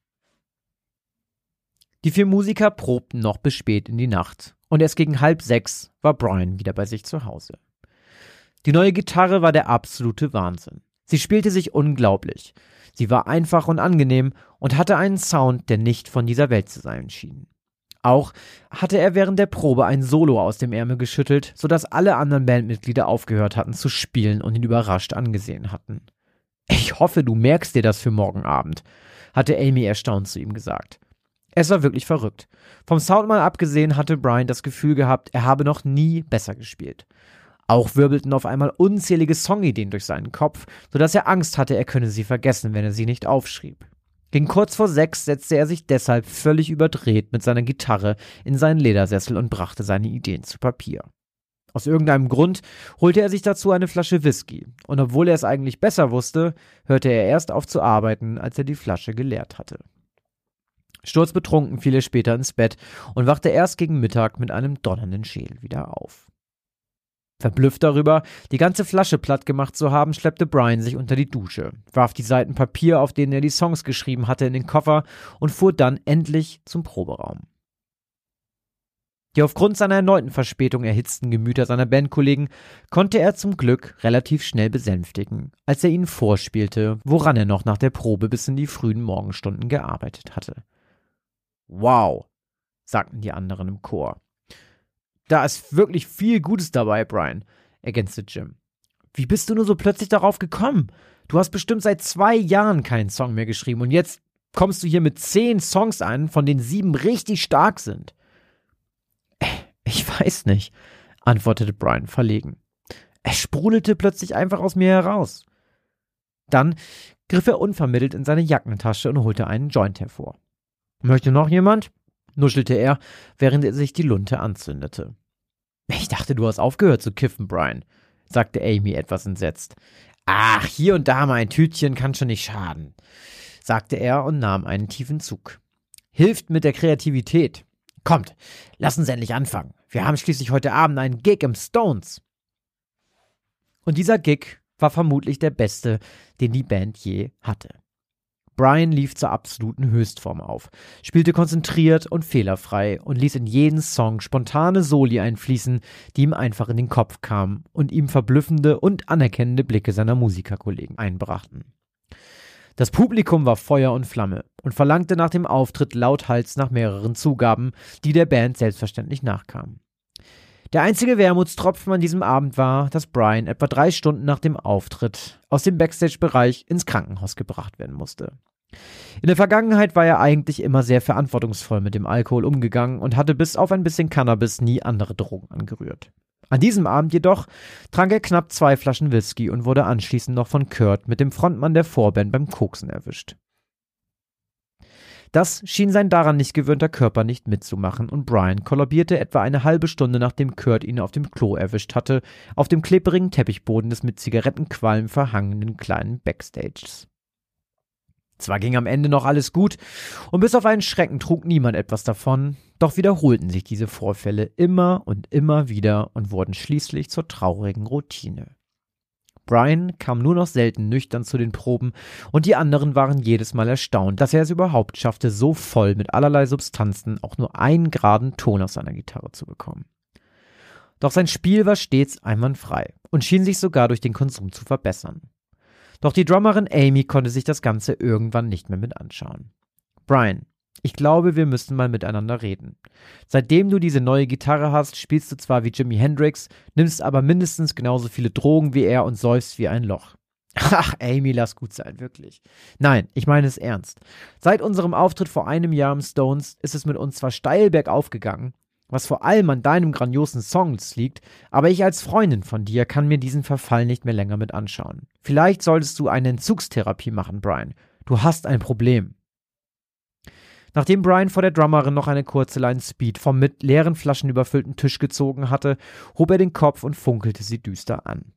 Die vier Musiker probten noch bis spät in die Nacht und erst gegen halb sechs war Brian wieder bei sich zu Hause. Die neue Gitarre war der absolute Wahnsinn. Sie spielte sich unglaublich. Sie war einfach und angenehm und hatte einen Sound, der nicht von dieser Welt zu sein schien. Auch hatte er während der Probe ein Solo aus dem Ärmel geschüttelt, sodass alle anderen Bandmitglieder aufgehört hatten zu spielen und ihn überrascht angesehen hatten. »Ich hoffe, du merkst dir das für morgen Abend«, hatte Amy erstaunt zu ihm gesagt. Es war wirklich verrückt. Vom Sound mal abgesehen hatte Brian das Gefühl gehabt, er habe noch nie besser gespielt. Auch wirbelten auf einmal unzählige Songideen durch seinen Kopf, sodass er Angst hatte, er könne sie vergessen, wenn er sie nicht aufschrieb. Gegen kurz vor sechs setzte er sich deshalb völlig überdreht mit seiner Gitarre in seinen Ledersessel und brachte seine Ideen zu Papier. Aus irgendeinem Grund holte er sich dazu eine Flasche Whisky, und obwohl er es eigentlich besser wusste, hörte er erst auf zu arbeiten, als er die Flasche geleert hatte. Sturzbetrunken fiel er später ins Bett und wachte erst gegen Mittag mit einem donnernden Schädel wieder auf. Verblüfft darüber, die ganze Flasche platt gemacht zu haben, schleppte Brian sich unter die Dusche, warf die Seiten Papier, auf denen er die Songs geschrieben hatte, in den Koffer und fuhr dann endlich zum Proberaum. Die aufgrund seiner erneuten Verspätung erhitzten Gemüter seiner Bandkollegen konnte er zum Glück relativ schnell besänftigen, als er ihnen vorspielte, woran er noch nach der Probe bis in die frühen Morgenstunden gearbeitet hatte. »Wow«, sagten die anderen im Chor. »Da ist wirklich viel Gutes dabei, Brian«, ergänzte Jim. »Wie bist du nur so plötzlich darauf gekommen? Du hast bestimmt seit zwei Jahren keinen Song mehr geschrieben und jetzt kommst du hier mit zehn Songs an, von denen sieben richtig stark sind.« »Ich weiß nicht«, antwortete Brian verlegen. »Es sprudelte plötzlich einfach aus mir heraus.« Dann griff er unvermittelt in seine Jackentasche und holte einen Joint hervor. »Möchte noch jemand?«, nuschelte er, während er sich die Lunte anzündete. »Ich dachte, du hast aufgehört zu kiffen, Brian«, sagte Amy etwas entsetzt. »Ach, hier und da mal ein Tütchen kann schon nicht schaden«, sagte er und nahm einen tiefen Zug. »Hilft mit der Kreativität. Kommt, lass uns endlich anfangen. Wir haben schließlich heute Abend einen Gig im Stones.« Und dieser Gig war vermutlich der beste, den die Band je hatte. Brian lief zur absoluten Höchstform auf, spielte konzentriert und fehlerfrei und ließ in jeden Song spontane Soli einfließen, die ihm einfach in den Kopf kamen und ihm verblüffende und anerkennende Blicke seiner Musikerkollegen einbrachten. Das Publikum war Feuer und Flamme und verlangte nach dem Auftritt lauthals nach mehreren Zugaben, die der Band selbstverständlich nachkamen. Der einzige Wermutstropfen an diesem Abend war, dass Brian etwa drei Stunden nach dem Auftritt aus dem Backstage-Bereich ins Krankenhaus gebracht werden musste. In der Vergangenheit war er eigentlich immer sehr verantwortungsvoll mit dem Alkohol umgegangen und hatte bis auf ein bisschen Cannabis nie andere Drogen angerührt. An diesem Abend jedoch trank er knapp zwei Flaschen Whisky und wurde anschließend noch von Kurt mit dem Frontmann der Vorband beim Koksen erwischt. Das schien sein daran nicht gewöhnter Körper nicht mitzumachen und Brian kollabierte etwa eine halbe Stunde, nachdem Kurt ihn auf dem Klo erwischt hatte, auf dem klebrigen Teppichboden des mit Zigarettenqualm verhangenen kleinen Backstages. Zwar ging am Ende noch alles gut und bis auf einen Schrecken trug niemand etwas davon, doch wiederholten sich diese Vorfälle immer und immer wieder und wurden schließlich zur traurigen Routine. Brian kam nur noch selten nüchtern zu den Proben und die anderen waren jedes Mal erstaunt, dass er es überhaupt schaffte, so voll mit allerlei Substanzen auch nur einen geraden Ton aus seiner Gitarre zu bekommen. Doch sein Spiel war stets einwandfrei und schien sich sogar durch den Konsum zu verbessern. Doch die Drummerin Amy konnte sich das Ganze irgendwann nicht mehr mit anschauen. »Brian, ich glaube, wir müssten mal miteinander reden. Seitdem du diese neue Gitarre hast, spielst du zwar wie Jimi Hendrix, nimmst aber mindestens genauso viele Drogen wie er und säufst wie ein Loch.« »Ach, Amy, lass gut sein, wirklich. Nein, ich meine es ernst. Seit unserem Auftritt vor einem Jahr im Stones ist es mit uns zwar steil bergauf gegangen, was vor allem an deinem grandiosen Songs liegt, aber ich als Freundin von dir kann mir diesen Verfall nicht mehr länger mit anschauen. Vielleicht solltest du eine Entzugstherapie machen, Brian. Du hast ein Problem.« Nachdem Brian vor der Drummerin noch eine kurze Line Speed vom mit leeren Flaschen überfüllten Tisch gezogen hatte, hob er den Kopf und funkelte sie düster an.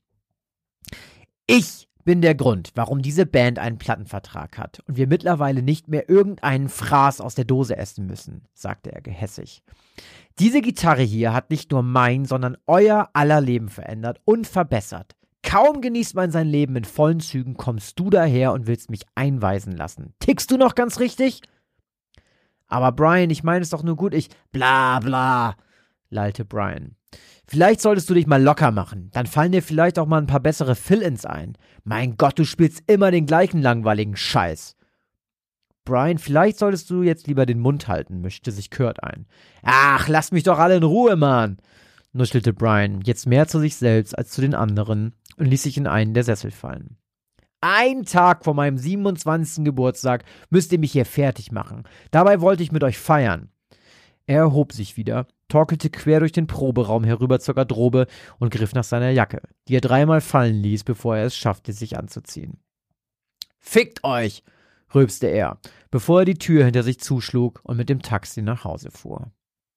»Ich bin der Grund, warum diese Band einen Plattenvertrag hat und wir mittlerweile nicht mehr irgendeinen Fraß aus der Dose essen müssen«, sagte er gehässig. »Diese Gitarre hier hat nicht nur mein, sondern euer aller Leben verändert und verbessert. Kaum genießt man sein Leben in vollen Zügen, kommst du daher und willst mich einweisen lassen. Tickst du noch ganz richtig?« »Aber Brian, ich meine es doch nur gut, ich...« »Bla bla«, lallte Brian. »Vielleicht solltest du dich mal locker machen, dann fallen dir vielleicht auch mal ein paar bessere Fill-Ins ein. Mein Gott, du spielst immer den gleichen langweiligen Scheiß.« Brian, vielleicht solltest du jetzt lieber den Mund halten, mischte sich Kurt ein. Ach, lasst mich doch alle in Ruhe, Mann, nuschelte Brian, jetzt mehr zu sich selbst als zu den anderen und ließ sich in einen der Sessel fallen. Ein Tag vor meinem siebenundzwanzigsten Geburtstag müsst ihr mich hier fertig machen. Dabei wollte ich mit euch feiern. Er erhob sich wieder, torkelte quer durch den Proberaum herüber zur Garderobe und griff nach seiner Jacke, die er dreimal fallen ließ, bevor er es schaffte, sich anzuziehen. »Fickt euch«, rülpste er, bevor er die Tür hinter sich zuschlug und mit dem Taxi nach Hause fuhr.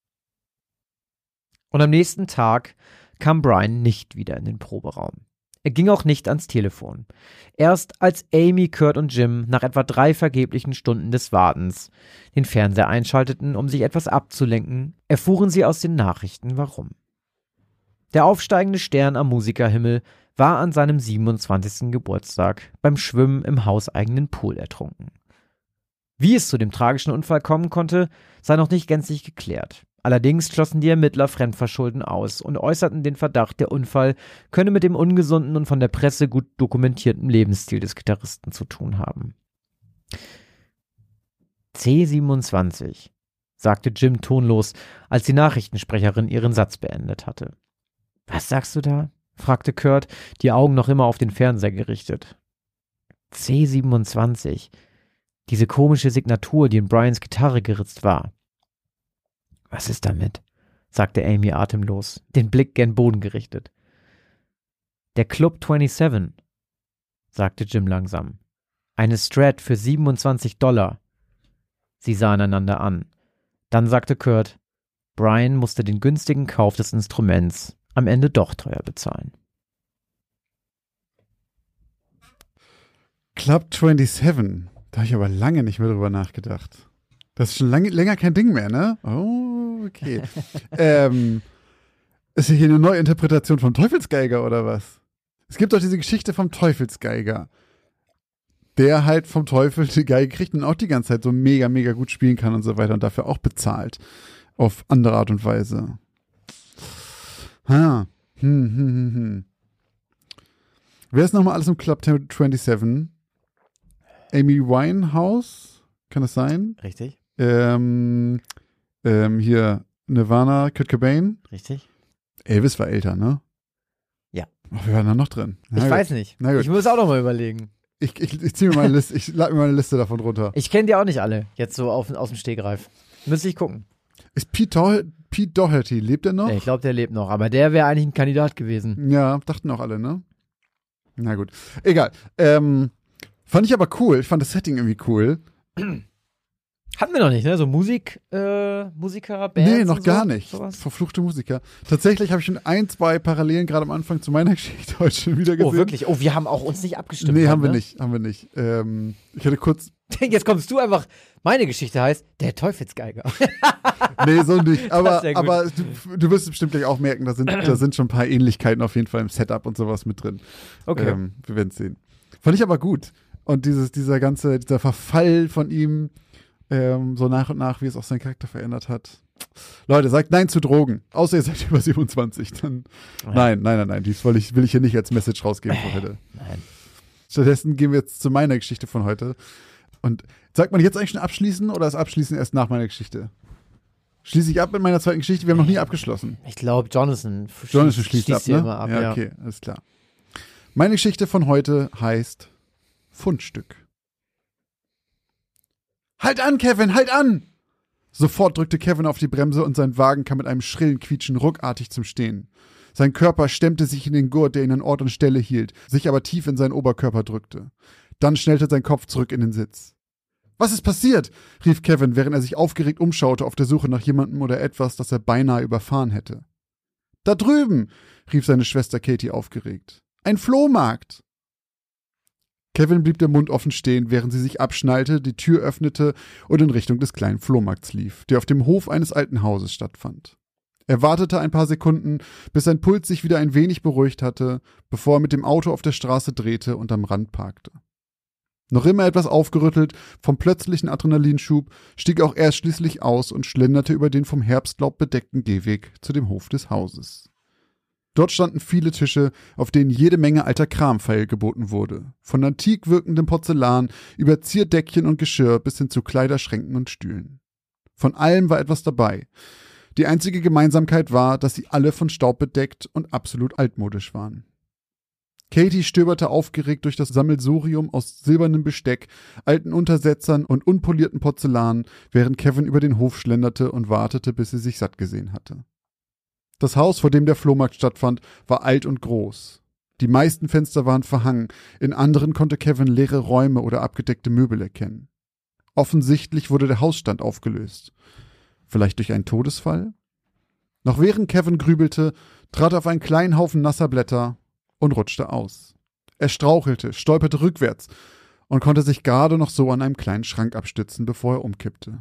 Und am nächsten Tag kam Brian nicht wieder in den Proberaum. Er ging auch nicht ans Telefon. Erst als Amy, Kurt und Jim nach etwa drei vergeblichen Stunden des Wartens den Fernseher einschalteten, um sich etwas abzulenken, erfuhren sie aus den Nachrichten, warum. Der aufsteigende Stern am Musikerhimmel war an seinem siebenundzwanzigsten Geburtstag beim Schwimmen im hauseigenen Pool ertrunken. Wie es zu dem tragischen Unfall kommen konnte, sei noch nicht gänzlich geklärt. Allerdings schlossen die Ermittler Fremdverschulden aus und äußerten den Verdacht, der Unfall könne mit dem ungesunden und von der Presse gut dokumentierten Lebensstil des Gitarristen zu tun haben. C siebenundzwanzig, sagte Jim tonlos, als die Nachrichtensprecherin ihren Satz beendet hatte. Was sagst du da? Fragte Kurt, die Augen noch immer auf den Fernseher gerichtet. C siebenundzwanzig, diese komische Signatur, die in Brians Gitarre geritzt war. Was ist damit? Sagte Amy atemlos, den Blick gen Boden gerichtet. Der Club siebenundzwanzig, sagte Jim langsam. Eine Strat für siebenundzwanzig Dollar. Sie sahen einander an. Dann sagte Kurt, Brian musste den günstigen Kauf des Instruments am Ende doch teuer bezahlen. Club siebenundzwanzig, da habe ich aber lange nicht mehr drüber nachgedacht. Das ist schon lange, länger kein Ding mehr, ne? Oh, okay. ähm, ist ja hier eine neue Interpretation vom Teufelsgeiger oder was? Es gibt doch diese Geschichte vom Teufelsgeiger, der halt vom Teufel die Geige kriegt und auch die ganze Zeit so mega, mega gut spielen kann und so weiter und dafür auch bezahlt. Auf andere Art und Weise. Ha. Hm, hm, hm, hm. Wer ist nochmal alles im Club siebenundzwanzig? Amy Winehouse? Kann das sein? Richtig. Ähm, ähm, hier Nirvana, Kurt Cobain. Richtig. Elvis war älter, ne? Ja. Oh, wir waren da noch drin. Na ich gut. weiß nicht. Na gut. Ich muss auch noch mal überlegen. Ich, ich, ich ziehe mir meine Liste, ich lade mir meine Liste davon runter. Ich kenne die auch nicht alle, jetzt so auf, aus dem Stegreif. Müsste ich gucken. Ist Pete, Doh- Pete Doherty, lebt er noch? Ja, ich glaube, der lebt noch, aber der wäre eigentlich ein Kandidat gewesen. Ja, dachten auch alle, ne? Na gut. Egal. Ähm, fand ich aber cool. Ich fand das Setting irgendwie cool. Hatten wir noch nicht, ne? So Musik, äh, Musiker, Bands Nee, noch und gar so, nicht. Sowas. Verfluchte Musiker. Tatsächlich habe ich schon ein, zwei Parallelen gerade am Anfang zu meiner Geschichte heute schon wieder gesehen. Oh, wirklich? Oh, wir haben auch uns nicht abgestimmt. Nee, dann, haben wir ne? nicht. Haben wir nicht. Ähm, ich hatte kurz. Jetzt kommst du einfach, meine Geschichte heißt, der Teufelsgeiger. Nee, so nicht. Aber, ist sehr gut. aber du, du wirst bestimmt gleich auch merken, da sind, da sind schon ein paar Ähnlichkeiten auf jeden Fall im Setup und sowas mit drin. Okay. Ähm, wir werden es sehen. Fand ich aber gut. Und dieses, dieser ganze, dieser Verfall von ihm, ähm, so nach und nach, wie es auch seinen Charakter verändert hat. Leute, sagt Nein zu Drogen. Außer ihr seid über siebenundzwanzig. Dann, Ja. Nein, nein, nein, nein. Dies will ich, will ich hier nicht als Message rausgeben für heute. Nein. Stattdessen gehen wir jetzt zu meiner Geschichte von heute. Und sagt man jetzt eigentlich schon abschließen oder ist abschließen erst nach meiner Geschichte? Schließe ich ab mit meiner zweiten Geschichte? Wir haben noch nie abgeschlossen. Ich glaube, Jonathan schließt, Jonathan schließt, ab, hier ne? immer ab. ja, Ja, okay, alles klar. Meine Geschichte von heute heißt Fundstück. Halt an, Kevin, halt an! Sofort drückte Kevin auf die Bremse und sein Wagen kam mit einem schrillen Quietschen ruckartig zum Stehen. Sein Körper stemmte sich in den Gurt, der ihn an Ort und Stelle hielt, sich aber tief in seinen Oberkörper drückte. Dann schnellte sein Kopf zurück in den Sitz. »Was ist passiert?« rief Kevin, während er sich aufgeregt umschaute auf der Suche nach jemandem oder etwas, das er beinahe überfahren hätte. »Da drüben«, rief seine Schwester Katie aufgeregt. »Ein Flohmarkt!« Kevin blieb der Mund offen stehen, während sie sich abschnallte, die Tür öffnete und in Richtung des kleinen Flohmarkts lief, der auf dem Hof eines alten Hauses stattfand. Er wartete ein paar Sekunden, bis sein Puls sich wieder ein wenig beruhigt hatte, bevor er mit dem Auto auf der Straße drehte und am Rand parkte. Noch immer etwas aufgerüttelt vom plötzlichen Adrenalinschub, stieg auch er schließlich aus und schlenderte über den vom Herbstlaub bedeckten Gehweg zu dem Hof des Hauses. Dort standen viele Tische, auf denen jede Menge alter Kram feilgeboten wurde. Von antik wirkendem Porzellan über Zierdeckchen und Geschirr bis hin zu Kleiderschränken und Stühlen. Von allem war etwas dabei. Die einzige Gemeinsamkeit war, dass sie alle von Staub bedeckt und absolut altmodisch waren. Katie stöberte aufgeregt durch das Sammelsurium aus silbernem Besteck, alten Untersetzern und unpolierten Porzellan, während Kevin über den Hof schlenderte und wartete, bis sie sich satt gesehen hatte. Das Haus, vor dem der Flohmarkt stattfand, war alt und groß. Die meisten Fenster waren verhangen, in anderen konnte Kevin leere Räume oder abgedeckte Möbel erkennen. Offensichtlich wurde der Hausstand aufgelöst. Vielleicht durch einen Todesfall? Noch während Kevin grübelte, trat er auf einen kleinen Haufen nasser Blätter und rutschte aus. Er strauchelte, stolperte rückwärts und konnte sich gerade noch so an einem kleinen Schrank abstützen, bevor er umkippte.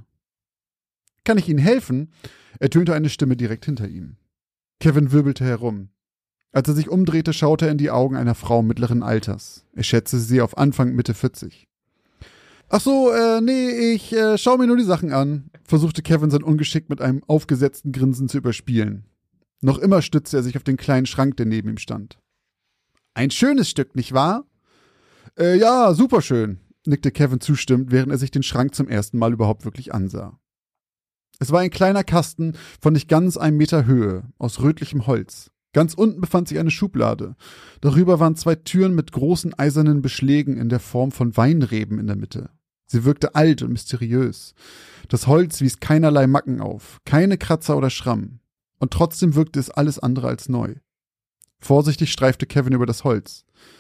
»Kann ich Ihnen helfen?« ertönte eine Stimme direkt hinter ihm. Kevin wirbelte herum. Als er sich umdrehte, schaute er in die Augen einer Frau mittleren Alters. Er schätzte sie auf Anfang Mitte vierzig. »Ach so, äh, nee, ich äh, schau mir nur die Sachen an«, versuchte Kevin sein Ungeschick mit einem aufgesetzten Grinsen zu überspielen. Noch immer stützte er sich auf den kleinen Schrank, der neben ihm stand. »Ein schönes Stück, nicht wahr?« Äh, ja, superschön«, nickte Kevin zustimmend, während er sich den Schrank zum ersten Mal überhaupt wirklich ansah. Es war ein kleiner Kasten von nicht ganz einem Meter Höhe, aus rötlichem Holz. Ganz unten befand sich eine Schublade. Darüber waren zwei Türen mit großen eisernen Beschlägen in der Form von Weinreben in der Mitte. Sie wirkte alt und mysteriös. Das Holz wies keinerlei Macken auf, keine Kratzer oder Schramm. Und trotzdem wirkte es alles andere als neu. Vorsichtig streifte Kevin über das Holz.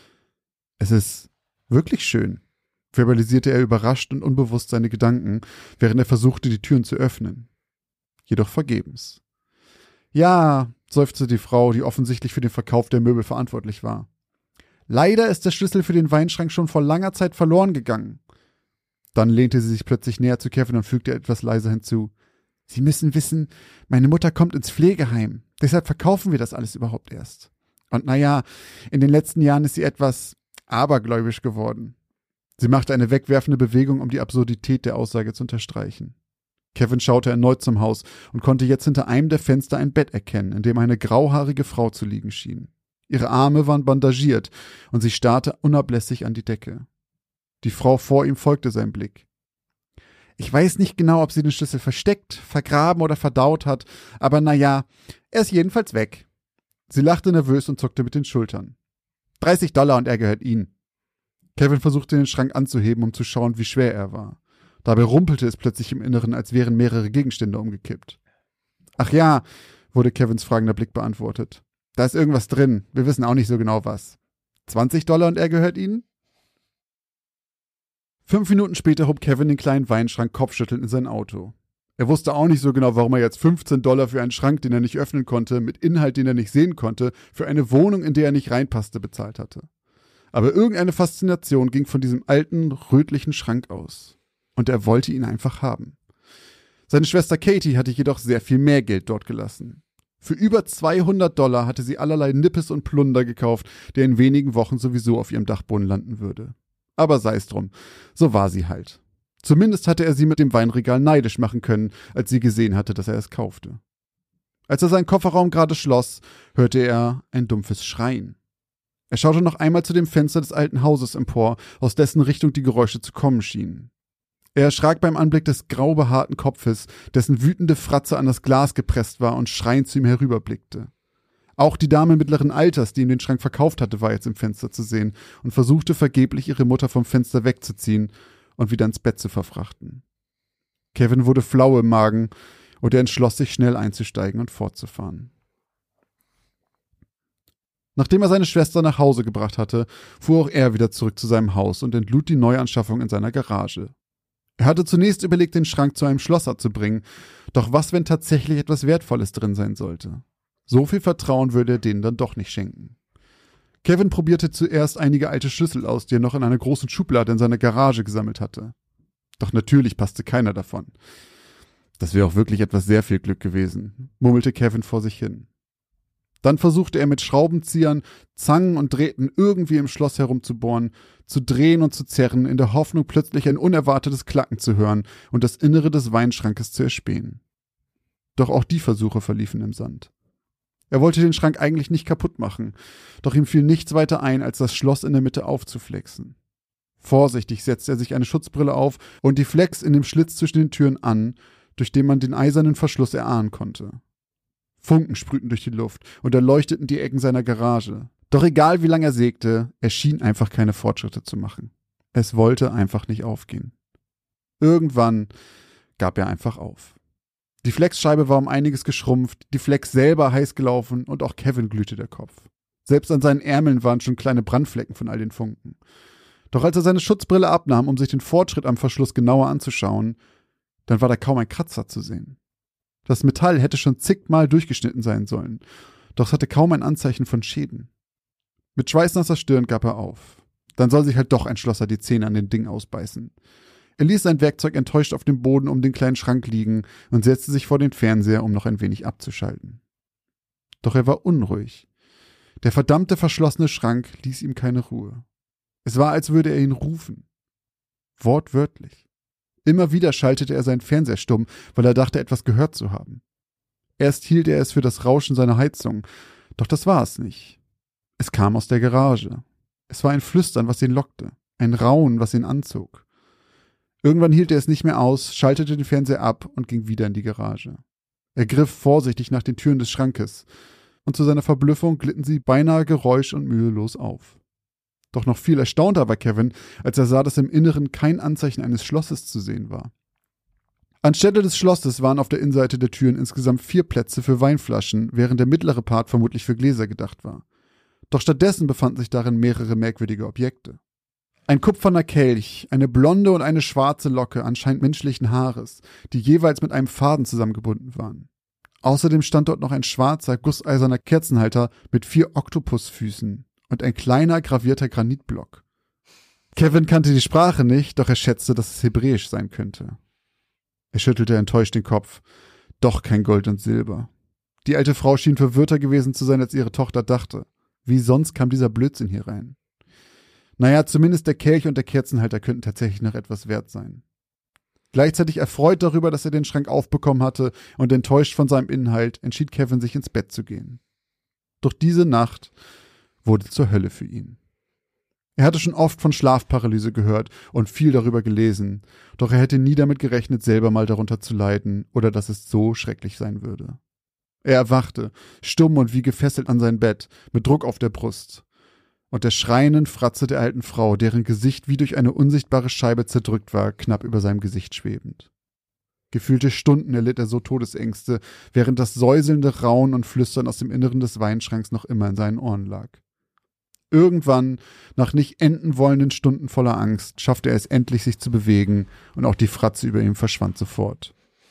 »Es ist wirklich schön«, verbalisierte er überrascht und unbewusst seine Gedanken, während er versuchte, die Türen zu öffnen. Jedoch vergebens. »Ja«, seufzte die Frau, die offensichtlich für den Verkauf der Möbel verantwortlich war. »Leider ist der Schlüssel für den Weinschrank schon vor langer Zeit verloren gegangen.« Dann lehnte sie sich plötzlich näher zu Kevin und fügte etwas leiser hinzu. »Sie müssen wissen, meine Mutter kommt ins Pflegeheim. Deshalb verkaufen wir das alles überhaupt erst. Und naja, in den letzten Jahren ist sie etwas abergläubisch geworden.« Sie machte eine wegwerfende Bewegung, um die Absurdität der Aussage zu unterstreichen. Kevin schaute erneut zum Haus und konnte jetzt hinter einem der Fenster ein Bett erkennen, in dem eine grauhaarige Frau zu liegen schien. Ihre Arme waren bandagiert und sie starrte unablässig an die Decke. Die Frau vor ihm folgte seinem Blick. »Ich weiß nicht genau, ob sie den Schlüssel versteckt, vergraben oder verdaut hat, aber naja, er ist jedenfalls weg.« Sie lachte nervös und zuckte mit den Schultern. dreißig Dollar und er gehört Ihnen.« Kevin versuchte, den Schrank anzuheben, um zu schauen, wie schwer er war. Dabei rumpelte es plötzlich im Inneren, als wären mehrere Gegenstände umgekippt. »Ach ja«, wurde Kevins fragender Blick beantwortet. »Da ist irgendwas drin. Wir wissen auch nicht so genau was. zwanzig Dollar und er gehört Ihnen?« Fünf Minuten später hob Kevin den kleinen Weinschrank kopfschüttelnd in sein Auto. Er wusste auch nicht so genau, warum er jetzt fünfzehn Dollar für einen Schrank, den er nicht öffnen konnte, mit Inhalt, den er nicht sehen konnte, für eine Wohnung, in der er nicht reinpasste, bezahlt hatte. Aber irgendeine Faszination ging von diesem alten, rötlichen Schrank aus. Und er wollte ihn einfach haben. Seine Schwester Katie hatte jedoch sehr viel mehr Geld dort gelassen. Für über zweihundert Dollar hatte sie allerlei Nippes und Plunder gekauft, der in wenigen Wochen sowieso auf ihrem Dachboden landen würde. Aber sei es drum, so war sie halt. Zumindest hatte er sie mit dem Weinregal neidisch machen können, als sie gesehen hatte, dass er es kaufte. Als er seinen Kofferraum gerade schloss, hörte er ein dumpfes Schreien. Er schaute noch einmal zu dem Fenster des alten Hauses empor, aus dessen Richtung die Geräusche zu kommen schienen. Er erschrak beim Anblick des grau behaarten Kopfes, dessen wütende Fratze an das Glas gepresst war und schreiend zu ihm herüberblickte. Auch die Dame mittleren Alters, die ihm den Schrank verkauft hatte, war jetzt im Fenster zu sehen und versuchte vergeblich, ihre Mutter vom Fenster wegzuziehen und wieder ins Bett zu verfrachten. Kevin wurde flau im Magen und er entschloss sich, schnell einzusteigen und fortzufahren. Nachdem er seine Schwester nach Hause gebracht hatte, fuhr auch er wieder zurück zu seinem Haus und entlud die Neuanschaffung in seiner Garage. Er hatte zunächst überlegt, den Schrank zu einem Schlosser zu bringen, doch was, wenn tatsächlich etwas Wertvolles drin sein sollte? So viel Vertrauen würde er denen dann doch nicht schenken. Kevin probierte zuerst einige alte Schlüssel aus, die er noch in einer großen Schublade in seiner Garage gesammelt hatte. Doch natürlich passte keiner davon. Das wäre auch wirklich etwas sehr viel Glück gewesen, murmelte Kevin vor sich hin. Dann versuchte er mit Schraubenziehern, Zangen und Drähten irgendwie im Schloss herumzubohren, zu drehen und zu zerren, in der Hoffnung, plötzlich ein unerwartetes Klacken zu hören und das Innere des Weinschrankes zu erspähen. Doch auch die Versuche verliefen im Sand. Er wollte den Schrank eigentlich nicht kaputt machen, doch ihm fiel nichts weiter ein, als das Schloss in der Mitte aufzuflexen. Vorsichtig setzte er sich eine Schutzbrille auf und die Flex in dem Schlitz zwischen den Türen an, durch den man den eisernen Verschluss erahnen konnte. Funken sprühten durch die Luft und erleuchteten die Ecken seiner Garage. Doch egal wie lange er sägte, er schien einfach keine Fortschritte zu machen. Es wollte einfach nicht aufgehen. Irgendwann gab er einfach auf. Die Flexscheibe war um einiges geschrumpft, die Flex selber heiß gelaufen und auch Kevin glühte der Kopf. Selbst an seinen Ärmeln waren schon kleine Brandflecken von all den Funken. Doch als er seine Schutzbrille abnahm, um sich den Fortschritt am Verschluss genauer anzuschauen, dann war da kaum ein Kratzer zu sehen. Das Metall hätte schon zigmal durchgeschnitten sein sollen, doch es hatte kaum ein Anzeichen von Schäden. Mit schweißnasser Stirn gab er auf. Dann soll sich halt doch ein Schlosser die Zähne an den Ding ausbeißen. Er ließ sein Werkzeug enttäuscht auf dem Boden um den kleinen Schrank liegen und setzte sich vor den Fernseher, um noch ein wenig abzuschalten. Doch er war unruhig. Der verdammte verschlossene Schrank ließ ihm keine Ruhe. Es war, als würde er ihn rufen. Wortwörtlich. Immer wieder schaltete er seinen Fernseher stumm, weil er dachte, etwas gehört zu haben. Erst hielt er es für das Rauschen seiner Heizung, doch das war es nicht. Es kam aus der Garage. Es war ein Flüstern, was ihn lockte, ein Raunen, was ihn anzog. Irgendwann hielt er es nicht mehr aus, schaltete den Fernseher ab und ging wieder in die Garage. Er griff vorsichtig nach den Türen des Schrankes, und zu seiner Verblüffung glitten sie beinahe geräusch- und mühelos auf. Doch noch viel erstaunter war Kevin, als er sah, dass im Inneren kein Anzeichen eines Schlosses zu sehen war. Anstelle des Schlosses waren auf der Innenseite der Türen insgesamt vier Plätze für Weinflaschen, während der mittlere Part vermutlich für Gläser gedacht war. Doch stattdessen befanden sich darin mehrere merkwürdige Objekte. Ein kupferner Kelch, eine blonde und eine schwarze Locke anscheinend menschlichen Haares, die jeweils mit einem Faden zusammengebunden waren. Außerdem stand dort noch ein schwarzer, gusseiserner Kerzenhalter mit vier Oktopusfüßen und ein kleiner, gravierter Granitblock. Kevin kannte die Sprache nicht, doch er schätzte, dass es Hebräisch sein könnte. Er schüttelte enttäuscht den Kopf. Doch kein Gold und Silber. Die alte Frau schien verwirrter gewesen zu sein, als ihre Tochter dachte. Wie sonst kam dieser Blödsinn hier rein? Naja, zumindest der Kelch und der Kerzenhalter könnten tatsächlich noch etwas wert sein. Gleichzeitig erfreut darüber, dass er den Schrank aufbekommen hatte und enttäuscht von seinem Inhalt, entschied Kevin, sich ins Bett zu gehen. Doch diese Nacht wurde zur Hölle für ihn. Er hatte schon oft von Schlafparalyse gehört und viel darüber gelesen, doch er hätte nie damit gerechnet, selber mal darunter zu leiden oder dass es so schrecklich sein würde. Er erwachte, stumm und wie gefesselt an sein Bett, mit Druck auf der Brust. Und der schreienden Fratze der alten Frau, deren Gesicht wie durch eine unsichtbare Scheibe zerdrückt war, knapp über seinem Gesicht schwebend. Gefühlte Stunden erlitt er so Todesängste, während das säuselnde Raunen und Flüstern aus dem Inneren des Weinschranks noch immer in seinen Ohren lag. Irgendwann, nach nicht enden wollenden Stunden voller Angst, schaffte er es endlich, sich zu bewegen, und auch die Fratze über ihm verschwand sofort.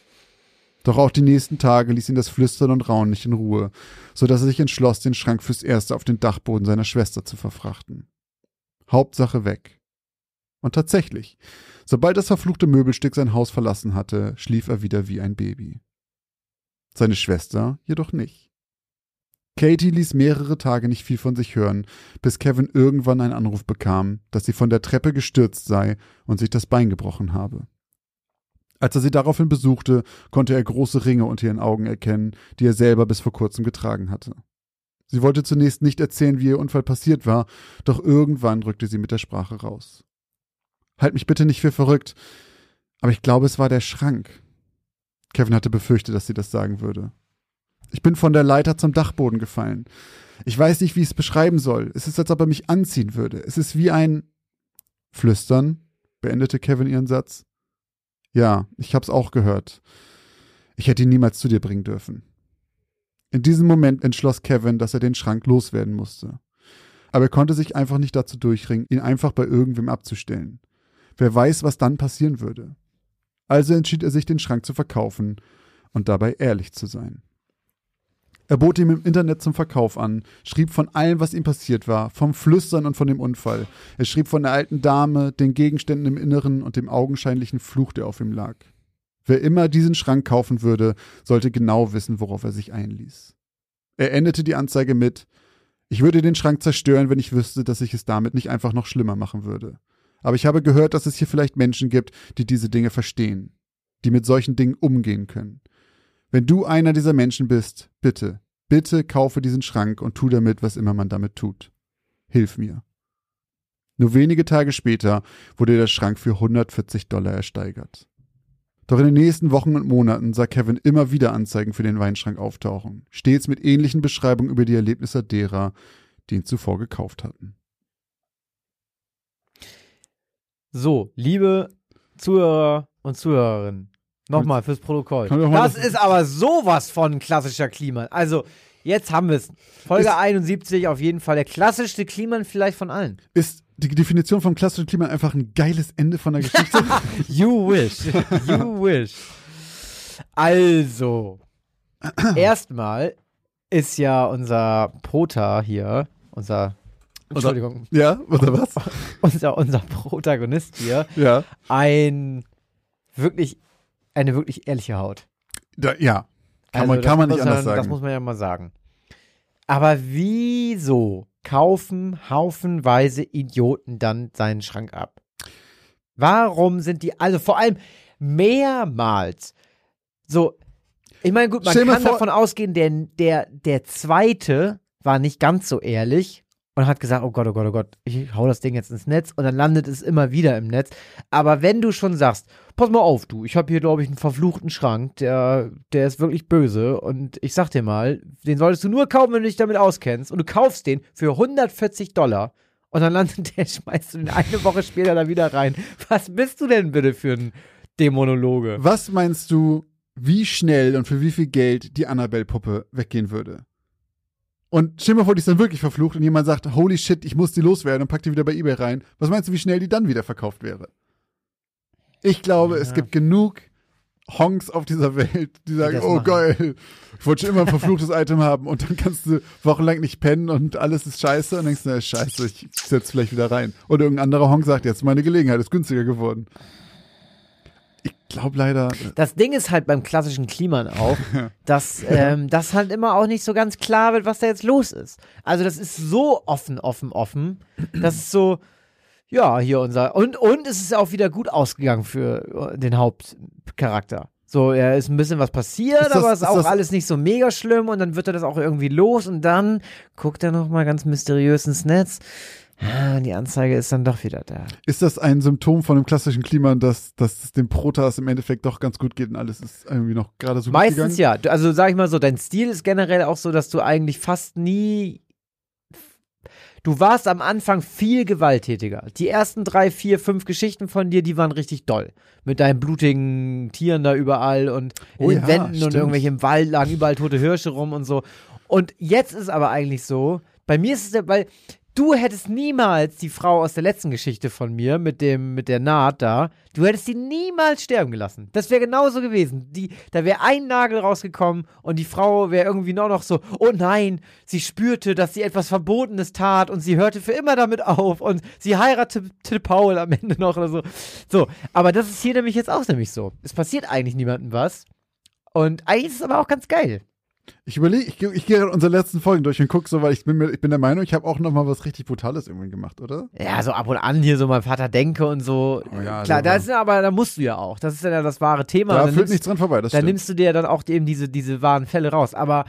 Doch auch die nächsten Tage ließ ihn das Flüstern und Raunen nicht in Ruhe, so dass er sich entschloss, den Schrank fürs Erste auf den Dachboden seiner Schwester zu verfrachten. Hauptsache weg. Und tatsächlich, sobald das verfluchte Möbelstück sein Haus verlassen hatte, schlief er wieder wie ein Baby. Seine Schwester jedoch nicht. Katie ließ mehrere Tage nicht viel von sich hören, bis Kevin irgendwann einen Anruf bekam, dass sie von der Treppe gestürzt sei und sich das Bein gebrochen habe. Als er sie daraufhin besuchte, konnte er große Ringe unter ihren Augen erkennen, die er selber bis vor kurzem getragen hatte. Sie wollte zunächst nicht erzählen, wie ihr Unfall passiert war, doch irgendwann rückte sie mit der Sprache raus. Halt mich bitte nicht für verrückt, aber ich glaube, es war der Schrank. Kevin hatte befürchtet, dass sie das sagen würde. Ich bin von der Leiter zum Dachboden gefallen. Ich weiß nicht, wie ich es beschreiben soll. Es ist, als ob er mich anziehen würde. Es ist wie ein Flüstern, beendete Kevin ihren Satz. Ja, ich hab's auch gehört. Ich hätte ihn niemals zu dir bringen dürfen. In diesem Moment entschloss Kevin, dass er den Schrank loswerden musste. Aber er konnte sich einfach nicht dazu durchringen, ihn einfach bei irgendwem abzustellen. Wer weiß, was dann passieren würde. Also entschied er sich, den Schrank zu verkaufen und dabei ehrlich zu sein. Er bot ihm im Internet zum Verkauf an, schrieb von allem, was ihm passiert war, vom Flüstern und von dem Unfall. Er schrieb von der alten Dame, den Gegenständen im Inneren und dem augenscheinlichen Fluch, der auf ihm lag. Wer immer diesen Schrank kaufen würde, sollte genau wissen, worauf er sich einließ. Er endete die Anzeige mit: Ich würde den Schrank zerstören, wenn ich wüsste, dass ich es damit nicht einfach noch schlimmer machen würde. Aber ich habe gehört, dass es hier vielleicht Menschen gibt, die diese Dinge verstehen, die mit solchen Dingen umgehen können. Wenn du einer dieser Menschen bist, bitte, Bitte kaufe diesen Schrank und tu damit, was immer man damit tut. Hilf mir. Nur wenige Tage später wurde der Schrank für hundertvierzig Dollar ersteigert. Doch in den nächsten Wochen und Monaten sah Kevin immer wieder Anzeigen für den Weinschrank auftauchen, stets mit ähnlichen Beschreibungen über die Erlebnisse derer, die ihn zuvor gekauft hatten. So, liebe Zuhörer und Zuhörerinnen, nochmal fürs Protokoll. Das, das ist aber sowas von klassischer Kliman. Also, jetzt haben wir es. Folge ist, einundsiebzig auf jeden Fall der klassischste Kliman vielleicht von allen. Ist die Definition vom klassischen Kliman einfach ein geiles Ende von der Geschichte? You wish. You wish. Also, erstmal ist ja unser Prota hier, unser Entschuldigung. Oder, ja, oder was? Unser, unser Protagonist hier. Ja. Ein wirklich, eine wirklich ehrliche Haut. Da, ja. Kann also man, kann man nicht man, anders sagen. Das muss man ja mal sagen. Aber wieso kaufen haufenweise Idioten dann seinen Schrank ab? Warum sind die, also vor allem mehrmals, so, ich meine, gut, man Stell kann vor, davon ausgehen, der, der, der zweite war nicht ganz so ehrlich und hat gesagt, oh Gott, oh Gott, oh Gott, ich hau das Ding jetzt ins Netz und dann landet es immer wieder im Netz. Aber wenn du schon sagst, pass mal auf, du, ich habe hier, glaube ich, einen verfluchten Schrank, der, der ist wirklich böse und ich sag dir mal, den solltest du nur kaufen, wenn du dich damit auskennst und du kaufst den für hundertvierzig Dollar und dann landet der, schmeißt du den eine Woche später da wieder rein. Was bist du denn bitte für ein Dämonologe? Was meinst du, wie schnell und für wie viel Geld die Annabelle-Puppe weggehen würde? Und stell dir mal vor, die ist dann wirklich verflucht und jemand sagt, holy shit, ich muss die loswerden und packt die wieder bei eBay rein. Was meinst du, wie schnell die dann wieder verkauft wäre? Ich glaube, ja. Es gibt genug Honks auf dieser Welt, die sagen, die oh machen. Geil, ich wollte schon immer ein verfluchtes Item haben und dann kannst du wochenlang nicht pennen und alles ist scheiße und denkst du, na, scheiße, ich setz vielleicht wieder rein. Oder irgendein anderer Honk sagt, jetzt ist meine Gelegenheit, ist günstiger geworden. Ich glaube leider. Das Ding ist halt beim klassischen Kliman auch, dass ähm, das halt immer auch nicht so ganz klar wird, was da jetzt los ist. Also das ist so offen, offen, offen. Das ist so, ja, hier unser. Und, und es ist auch wieder gut ausgegangen für den Hauptcharakter. So, ja, ist ein bisschen was passiert, ist das, aber es ist, ist auch das, alles nicht so mega schlimm und dann wird er das auch irgendwie los und dann guckt er nochmal ganz mysteriös ins Netz. Die Anzeige ist dann doch wieder da. Ist das ein Symptom von dem klassischen Klima, dass, dass es dem Protas im Endeffekt doch ganz gut geht und alles ist irgendwie noch gerade so gut gegangen? Meistens ja. Also sag ich mal so, dein Stil ist generell auch so, dass du eigentlich fast nie. Du warst am Anfang viel gewalttätiger. Die ersten drei, vier, fünf Geschichten von dir, die waren richtig doll. Mit deinen blutigen Tieren da überall und in oh den ja, Wänden stimmt. und irgendwelche im Wald lagen überall tote Hirsche rum und so. Und jetzt ist aber eigentlich so, bei mir ist es ja, weil du hättest niemals die Frau aus der letzten Geschichte von mir, mit dem, mit der Naht da, du hättest die niemals sterben gelassen. Das wäre genauso gewesen. Die, da wäre ein Nagel rausgekommen und die Frau wäre irgendwie nur noch so, oh nein, sie spürte, dass sie etwas Verbotenes tat und sie hörte für immer damit auf und sie heiratete Paul am Ende noch oder so. So, aber das ist hier nämlich jetzt auch nämlich so. Es passiert eigentlich niemandem was und eigentlich ist es aber auch ganz geil. Ich überlege, ich, ich gehe unsere letzten Folgen durch und gucke so, weil ich bin, mir, ich bin der Meinung, ich habe auch noch mal was richtig Brutales irgendwie gemacht, oder? Ja, so ab und an hier so mein Vater denke und so. Oh ja, klar, da ist, aber da musst du ja auch. Das ist ja das wahre Thema. Da führt nichts dran vorbei, das Da stimmt. nimmst du dir dann auch eben diese, diese wahren Fälle raus. Aber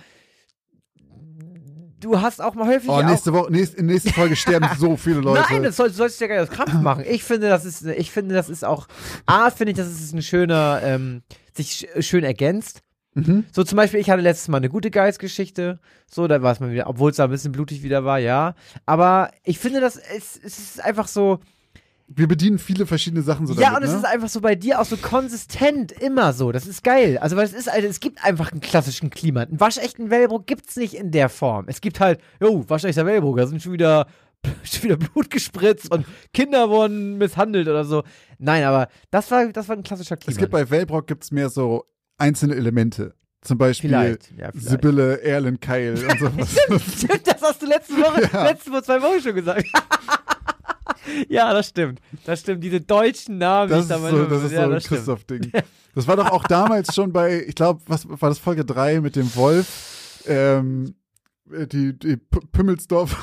du hast auch mal häufig Oh, nächste Woche, nächst, in der nächsten Folge sterben so viele Leute. Nein, das soll, sollst du ja gar nicht aus Kraft machen. Ich finde, das ist, ich finde, das ist auch, A, finde ich, das ist ein schöner, ähm, sich schön ergänzt. Mhm. So zum Beispiel, ich hatte letztes Mal eine gute Geistgeschichte, so, da war es mal wieder, obwohl es da ein bisschen blutig wieder war, ja, aber ich finde, das ist, es ist einfach so. Wir bedienen viele verschiedene Sachen so Ja, damit, und es ne? ist einfach so bei dir auch so konsistent, immer so, das ist geil, also weil es ist, also es gibt einfach einen klassischen Klima, einen waschechten Wellbrook gibt's nicht in der Form, es gibt halt, jo, waschechter Wellbrook, da sind schon wieder, schon wieder Blut gespritzt und Kinder wurden misshandelt oder so, nein, aber das war, das war ein klassischer Klima. Es gibt bei Wellbrock gibt's mehr so einzelne Elemente. Zum Beispiel vielleicht, ja, vielleicht. Sibylle, Erlen, Keil und sowas. Stimmt, das hast du letzte Woche, Ja. letzte vor zwei Wochen schon gesagt. Ja, das stimmt. Das stimmt. Diese deutschen Namen. Das ich ist da so, mal- das ist ja, so ein das stimmt. Christoph-Ding. Das war doch auch damals schon bei, ich glaube, was war das, Folge drei mit dem Wolf, ähm, die, die P- Pimmelsdorf.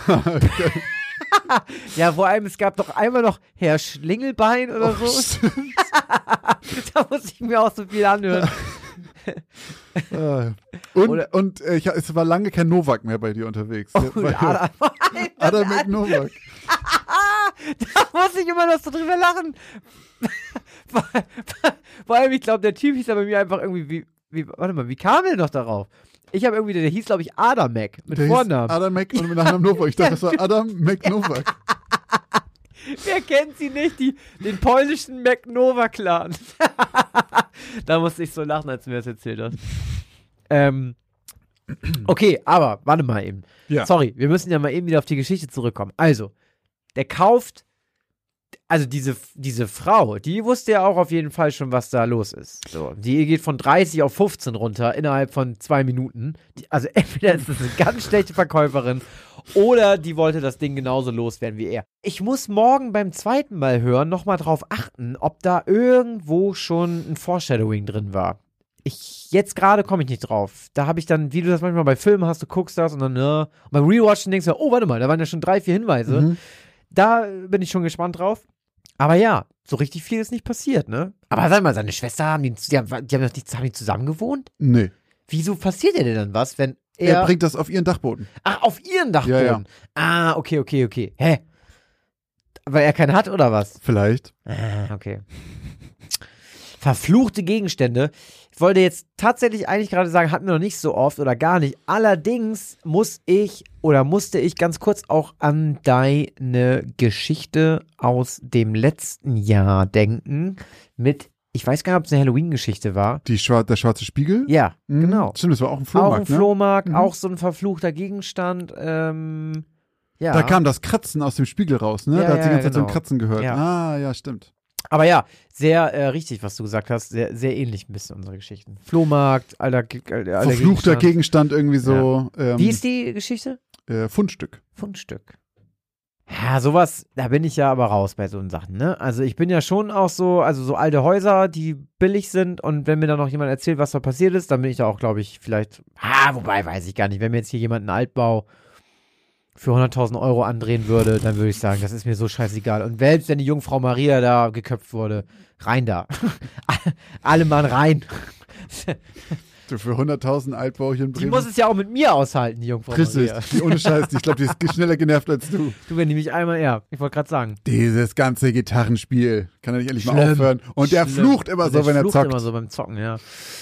Ja, vor allem, es gab doch einmal noch Herr Schlingelbein oder Oh, so. stimmt. Da muss ich mir auch so viel anhören. äh, und Oder- und äh, ich, es war lange kein Novak mehr bei dir unterwegs. Oh, Weil- Adam, Adam McNovak. da muss ich immer noch so drüber lachen. vor, vor allem, ich glaube, der Typ hieß ja bei mir einfach irgendwie, wie, wie, warte mal, wie kam der noch darauf? Ich habe irgendwie, der hieß, glaube ich, Adam Mac mit Der hieß Vornamen. Adam Mac und mit Nachnamen Novak. Ich dachte, das war Adam McNovak. Wer kennt sie nicht? Die, den polnischen McNova-Clan. Da musste ich so lachen, als du mir das erzählt hast. Ähm, okay, aber warte mal eben. Ja. Sorry, wir müssen ja mal eben wieder auf die Geschichte zurückkommen. Also, der kauft, also diese, diese Frau, die wusste ja auch auf jeden Fall schon, was da los ist. So, die geht von dreißig auf fünfzehn runter innerhalb von zwei Minuten. Die, also entweder ist das eine ganz schlechte Verkäuferin oder die wollte das Ding genauso loswerden wie er. Ich muss morgen beim zweiten Mal hören nochmal drauf achten, ob da irgendwo schon ein Foreshadowing drin war. Ich, jetzt gerade komme ich nicht drauf. Da habe ich dann, wie du das manchmal bei Filmen hast, du guckst das und dann, ne, und beim Rewatchen denkst du, oh, warte mal, da waren ja schon drei, vier Hinweise. Mhm. Da bin ich schon gespannt drauf. Aber ja, so richtig viel ist nicht passiert, ne? Aber sag mal, seine Schwester, haben die, die, haben, die haben doch nicht, haben die zusammen gewohnt? Nee. Wieso passiert dir denn dann was, wenn Er, er... bringt das auf ihren Dachboden. Ach, auf ihren Dachboden? Ja, ja. Ah, okay, okay, okay. Hä? Weil er keinen hat, oder was? Vielleicht. Ah, okay. Verfluchte Gegenstände. Ich wollte jetzt tatsächlich eigentlich gerade sagen, hatten wir noch nicht so oft oder gar nicht. Allerdings muss ich oder musste ich ganz kurz auch an deine Geschichte aus dem letzten Jahr denken. Mit, ich weiß gar nicht, ob es eine Halloween-Geschichte war. Die Schwar der schwarze Spiegel? Ja, Mhm. genau. Stimmt, das war auch ein Auch Flohmarkt, ein Flohmarkt, Mhm. auch so ein verfluchter Gegenstand. Ähm, ja. ne? Da kam das Kratzen aus dem Spiegel raus, ne? Ja, da hat ja, sie die ganze Zeit so ein genau. Kratzen gehört. Ja. Ah, ja, stimmt. Aber ja, sehr äh, richtig, was du gesagt hast. Sehr, sehr ähnlich ein bisschen unsere Geschichten. Flohmarkt, alter, Ge- alter Verfluchter Gegenstand. Gegenstand irgendwie so. Ähm, Wie ist die Geschichte? äh, Fundstück. Fundstück. Ja, sowas, da bin ich ja aber raus bei so Sachen, ne? Also ich bin ja schon auch so, also so alte Häuser, die billig sind und wenn mir dann noch jemand erzählt, was da passiert ist, dann bin ich da auch, glaube ich, vielleicht, ah, wobei, weiß ich gar nicht, wenn mir jetzt hier jemand einen Altbau für hunderttausend Euro andrehen würde, dann würde ich sagen, das ist mir so scheißegal. Und selbst wenn die Jungfrau Maria da geköpft wurde, rein da. Alle Mann rein. Du, für hunderttausend Altbau hier in Die Bremen. muss es ja auch mit mir aushalten, die Jungfrau Richtig, Maria. die ohne Scheiß, die, ich glaube, die ist schneller genervt als du. Du, wenn die mich einmal, ja, ich wollte gerade sagen. Dieses ganze Gitarrenspiel. Kann er nicht endlich mal Schlimm. aufhören? Und der Schlimm. flucht immer Und so, der wenn er flucht zockt. immer so beim Zocken, ja.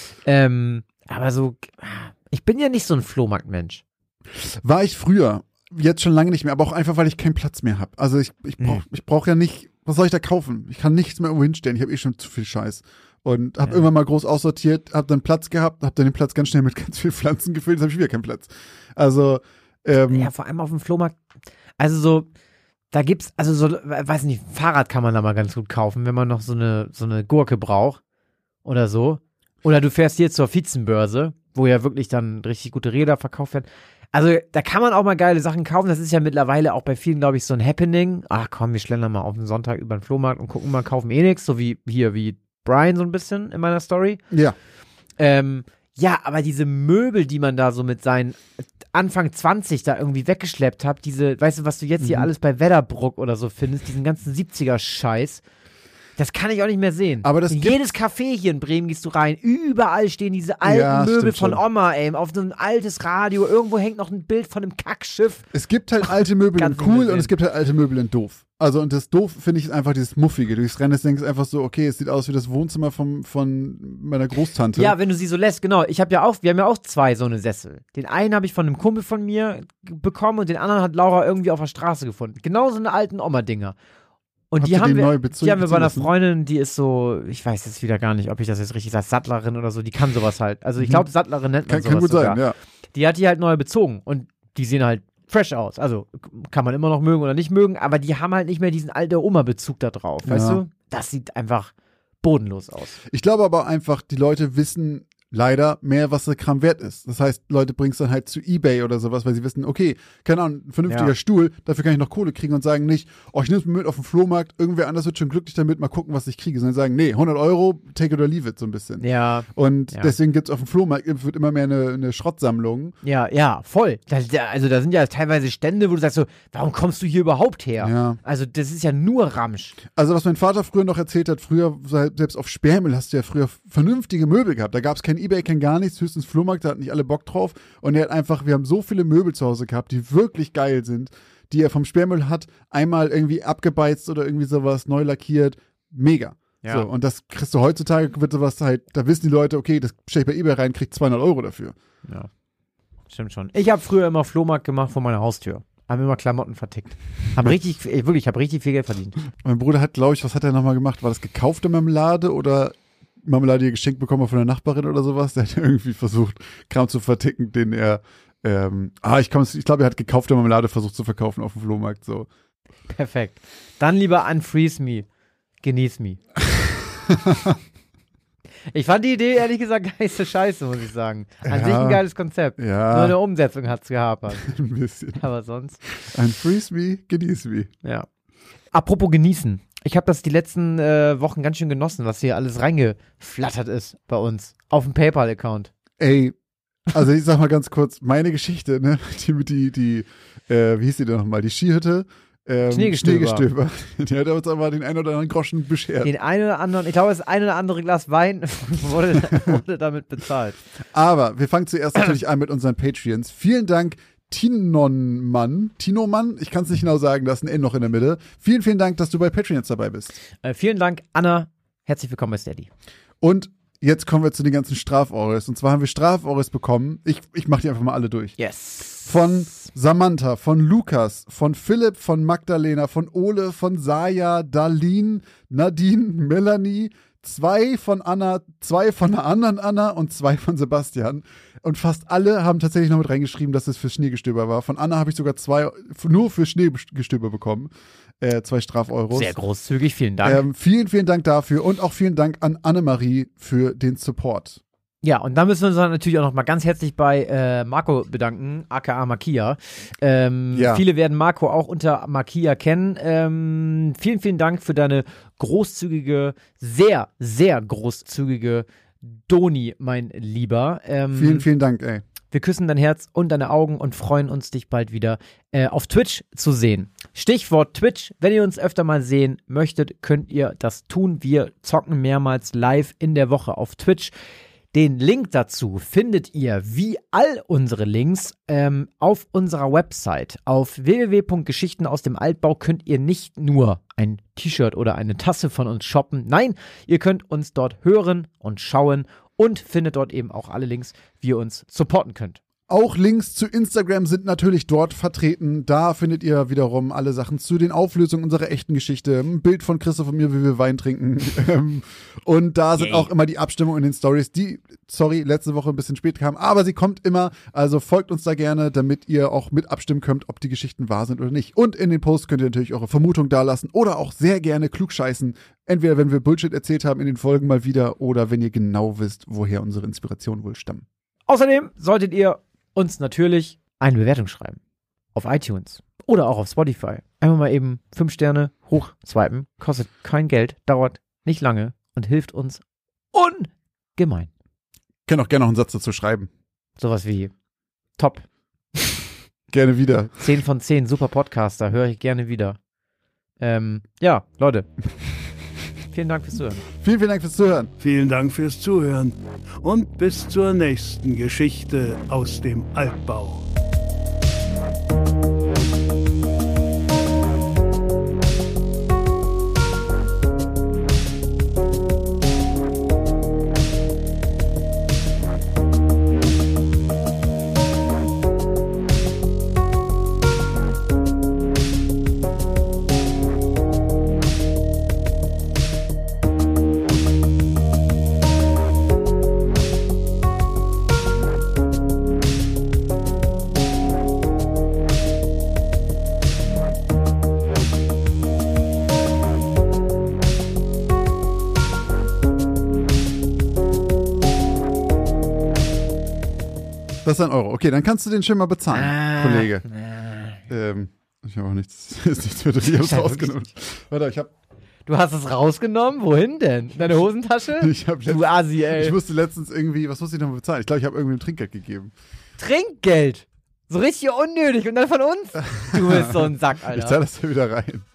Ähm, aber so, ich bin ja nicht so ein Flohmarktmensch. War ich früher. Jetzt schon lange nicht mehr, aber auch einfach, weil ich keinen Platz mehr habe. Also ich, ich brauche Hm. ich brauch ja nicht, was soll ich da kaufen? Ich kann nichts mehr irgendwo hinstellen. Ich habe eh schon zu viel Scheiß. Und habe Ja. irgendwann mal groß aussortiert, habe dann Platz gehabt, habe dann den Platz ganz schnell mit ganz vielen Pflanzen gefüllt, jetzt habe ich wieder keinen Platz. Also, ähm, Ja, vor allem auf dem Flohmarkt. Also so, da gibt's, also so, weiß nicht, Fahrrad kann man da mal ganz gut kaufen, wenn man noch so eine, so eine Gurke braucht. Oder so. Oder du fährst hier zur Viezenbörse, wo ja wirklich dann richtig gute Räder verkauft werden. Also, da kann man auch mal geile Sachen kaufen. Das ist ja mittlerweile auch bei vielen, glaube ich, so ein Happening. Ach komm, wir schlendern mal auf den Sonntag über den Flohmarkt und gucken mal, kaufen eh nichts. So wie hier, wie Brian so ein bisschen in meiner Story. ja. Ähm, ja, aber diese Möbel, die man da so mit seinen Anfang zwanzig da irgendwie weggeschleppt hat, diese, weißt du, was du jetzt hier Mhm. alles bei Wedderbruck oder so findest, diesen ganzen siebziger-Scheiß, das kann ich auch nicht mehr sehen. Aber das in gibt- jedes Café hier in Bremen gehst du rein, überall stehen diese alten Ja, Möbel stimmt von schon. Oma, ey, auf so ein altes Radio, irgendwo hängt noch ein Bild von einem Kackschiff. Es gibt halt alte Möbel in Kannst nicht mehr cool sehen. und es gibt halt alte Möbel in doof. Also und das doof finde ich ist einfach dieses Muffige. Durchs Rennen denkst einfach so, okay, es sieht aus wie das Wohnzimmer vom, von meiner Großtante. Ja, wenn du sie so lässt, genau. Ich habe ja auch, wir haben ja auch zwei so eine Sessel. Den einen habe ich von einem Kumpel von mir g- bekommen und den anderen hat Laura irgendwie auf der Straße gefunden. Genau so eine alten Oma-Dinger. Und Habt die ihr haben den wir, neu bezogen- die haben wir bei einer beziehen lassen? Freundin, die ist so, ich weiß jetzt wieder gar nicht, ob ich das jetzt richtig sage, Sattlerin oder so, die kann sowas halt. Also ich Mhm. glaube, Sattlerin nennt man kann, kann sowas gut sogar. sein, ja. Die hat die halt neu bezogen und die sehen halt fresh aus. Also kann man immer noch mögen oder nicht mögen, aber die haben halt nicht mehr diesen alten Oma-Bezug da drauf, weißt Ja. du? Das sieht einfach bodenlos aus. Ich glaube aber einfach, die Leute wissen leider mehr, was der Kram wert ist. Das heißt, Leute bringen es dann halt zu eBay oder sowas, weil sie wissen, okay, keine Ahnung, ein vernünftiger Ja. Stuhl, dafür kann ich noch Kohle kriegen und sagen nicht, oh, ich nehme es mit auf den Flohmarkt, irgendwer anders wird schon glücklich damit, mal gucken, was ich kriege. Sondern sagen, nee, hundert Euro, take it or leave it, so ein bisschen. Ja, Und Ja. deswegen gibt es auf dem Flohmarkt wird immer mehr eine, eine Schrottsammlung. ja, ja, voll. Da, da, also da sind ja teilweise Stände, wo du sagst so, warum kommst du hier überhaupt her? Ja. Also das ist ja nur Ramsch. Also was mein Vater früher noch erzählt hat, früher, selbst auf Sperrmüll hast du ja früher vernünftige Möbel gehabt. Da gab es kein eBay kennt gar nichts, höchstens Flohmarkt, da hat nicht alle Bock drauf. Und er hat einfach, wir haben so viele Möbel zu Hause gehabt, die wirklich geil sind, die er vom Sperrmüll hat, einmal irgendwie abgebeizt oder irgendwie sowas, neu lackiert. Mega. Ja. So, und das kriegst du heutzutage, wird sowas halt, da wissen die Leute, okay, das stelle ich bei eBay rein, krieg zweihundert Euro dafür. Ja, stimmt schon. Ich habe früher immer Flohmarkt gemacht vor meiner Haustür. Haben immer Klamotten vertickt. Hab richtig, ey, wirklich, ich habe richtig viel Geld verdient. Mein Bruder hat, glaube ich, was hat er nochmal gemacht? War das gekaufte Marmelade oder Marmelade, die er geschenkt bekommen hat von der Nachbarin oder sowas? Der hat irgendwie versucht, Kram zu verticken, den er, ähm, ah, ich, ich glaube, er hat gekaufte Marmelade versucht zu verkaufen auf dem Flohmarkt, so. Perfekt. Dann lieber unfreeze me. Genieß me. Ich fand die Idee, ehrlich gesagt, gar nicht so scheiße, muss ich sagen. An Ja. sich ein geiles Konzept. Ja. Nur eine Umsetzung hat's gehapert. Ein bisschen. Aber sonst, Ein Freeze me, genieß me. ja. Apropos genießen. Ich habe das die letzten äh, Wochen ganz schön genossen, was hier alles reingeflattert ist bei uns. Auf dem PayPal-Account. Ey, also ich sag mal ganz kurz, meine Geschichte, ne, die, die, die äh, wie hieß die denn nochmal, die Skihütte, ähm, Schneegestöber. Schneegestöber. Die hat uns aber den einen oder anderen Groschen beschert. Den einen oder anderen, ich glaube, das eine oder andere Glas Wein wurde, wurde damit bezahlt. Aber wir fangen zuerst natürlich an mit unseren Patreons. Vielen Dank, Tinonmann, Tinomann, ich kann es nicht genau sagen, da ist ein N noch in der Mitte. Vielen, vielen Dank, dass du bei Patreon jetzt dabei bist. Äh, vielen Dank, Anna. Herzlich willkommen bei Steady. Und jetzt kommen wir zu den ganzen Strafores. Und zwar haben wir Strafores bekommen. Ich, ich mache die einfach mal alle durch. Yes. Von Samantha, von Lukas, von Philipp, von Magdalena, von Ole, von Saya, Darlene, Nadine, Melanie, zwei von Anna, zwei von einer anderen Anna und zwei von Sebastian. Und fast alle haben tatsächlich noch mit reingeschrieben, dass es für Schneegestöber war. Von Anna habe ich sogar zwei nur für Schneegestöber bekommen. Äh, zwei Strafeuros. Sehr großzügig, vielen Dank. Ähm, vielen, vielen Dank dafür und auch vielen Dank an Annemarie für den Support. Ja, und da müssen wir uns dann natürlich auch noch mal ganz herzlich bei äh, Marco bedanken, aka Makia. Ähm, Ja. Viele werden Marco auch unter Makia kennen. Ähm, vielen, vielen Dank für deine großzügige, sehr, sehr großzügige Doni, mein Lieber. Ähm, Vielen, vielen Dank, ey. Wir küssen dein Herz und deine Augen und freuen uns, dich bald wieder äh, auf Twitch zu sehen. Stichwort Twitch. Wenn ihr uns öfter mal sehen möchtet, könnt ihr das tun. Wir zocken mehrmals live in der Woche auf Twitch. Den Link dazu findet ihr, wie all unsere Links, ähm, auf unserer Website. Auf w w w punkt geschichten aus dem Altbau könnt ihr nicht nur ein T-Shirt oder eine Tasse von uns shoppen. Nein, ihr könnt uns dort hören und schauen und findet dort eben auch alle Links, wie ihr uns supporten könnt. Auch Links zu Instagram sind natürlich dort vertreten. Da findet ihr wiederum alle Sachen zu den Auflösungen unserer echten Geschichte. Ein Bild von Christoph und mir, wie wir Wein trinken. Und da sind Yay. auch immer die Abstimmungen in den Stories, die, sorry, letzte Woche ein bisschen spät kamen, aber sie kommt immer. Also folgt uns da gerne, damit ihr auch mit abstimmen könnt, ob die Geschichten wahr sind oder nicht. Und in den Posts könnt ihr natürlich eure Vermutung dalassen oder auch sehr gerne klugscheißen. Entweder wenn wir Bullshit erzählt haben in den Folgen mal wieder oder wenn ihr genau wisst, woher unsere Inspirationen wohl stammen. Außerdem solltet ihr uns natürlich eine Bewertung schreiben. Auf iTunes oder auch auf Spotify. Einfach mal eben fünf Sterne hochswipen. Kostet kein Geld, dauert nicht lange und hilft uns ungemein. Ich kann auch gerne noch einen Satz dazu schreiben. Sowas wie top. Gerne wieder. zehn von zehn, super Podcaster, höre ich gerne wieder. Ähm, ja, Leute. Vielen Dank fürs Zuhören. Vielen, vielen Dank fürs Zuhören. Vielen Dank fürs Zuhören und bis zur nächsten Geschichte aus dem Altbau. Das ist ein Euro. Okay, dann kannst du den schon mal bezahlen, Ah, Kollege. äh. Ähm, ich habe auch nichts. Ist nichts für dich. Ich hab's Ja, rausgenommen. Warte, ich hab, Du hast es rausgenommen? Wohin denn? In deine Hosentasche? ich hab Du letztens, Asi, ey. ich musste letztens irgendwie, was musste ich noch bezahlen? Ich glaube, ich habe irgendwie ein Trinkgeld gegeben. Trinkgeld. So richtig unnötig und dann von uns? Du bist so ein Sack, Ich Alter. zahle das da wieder rein.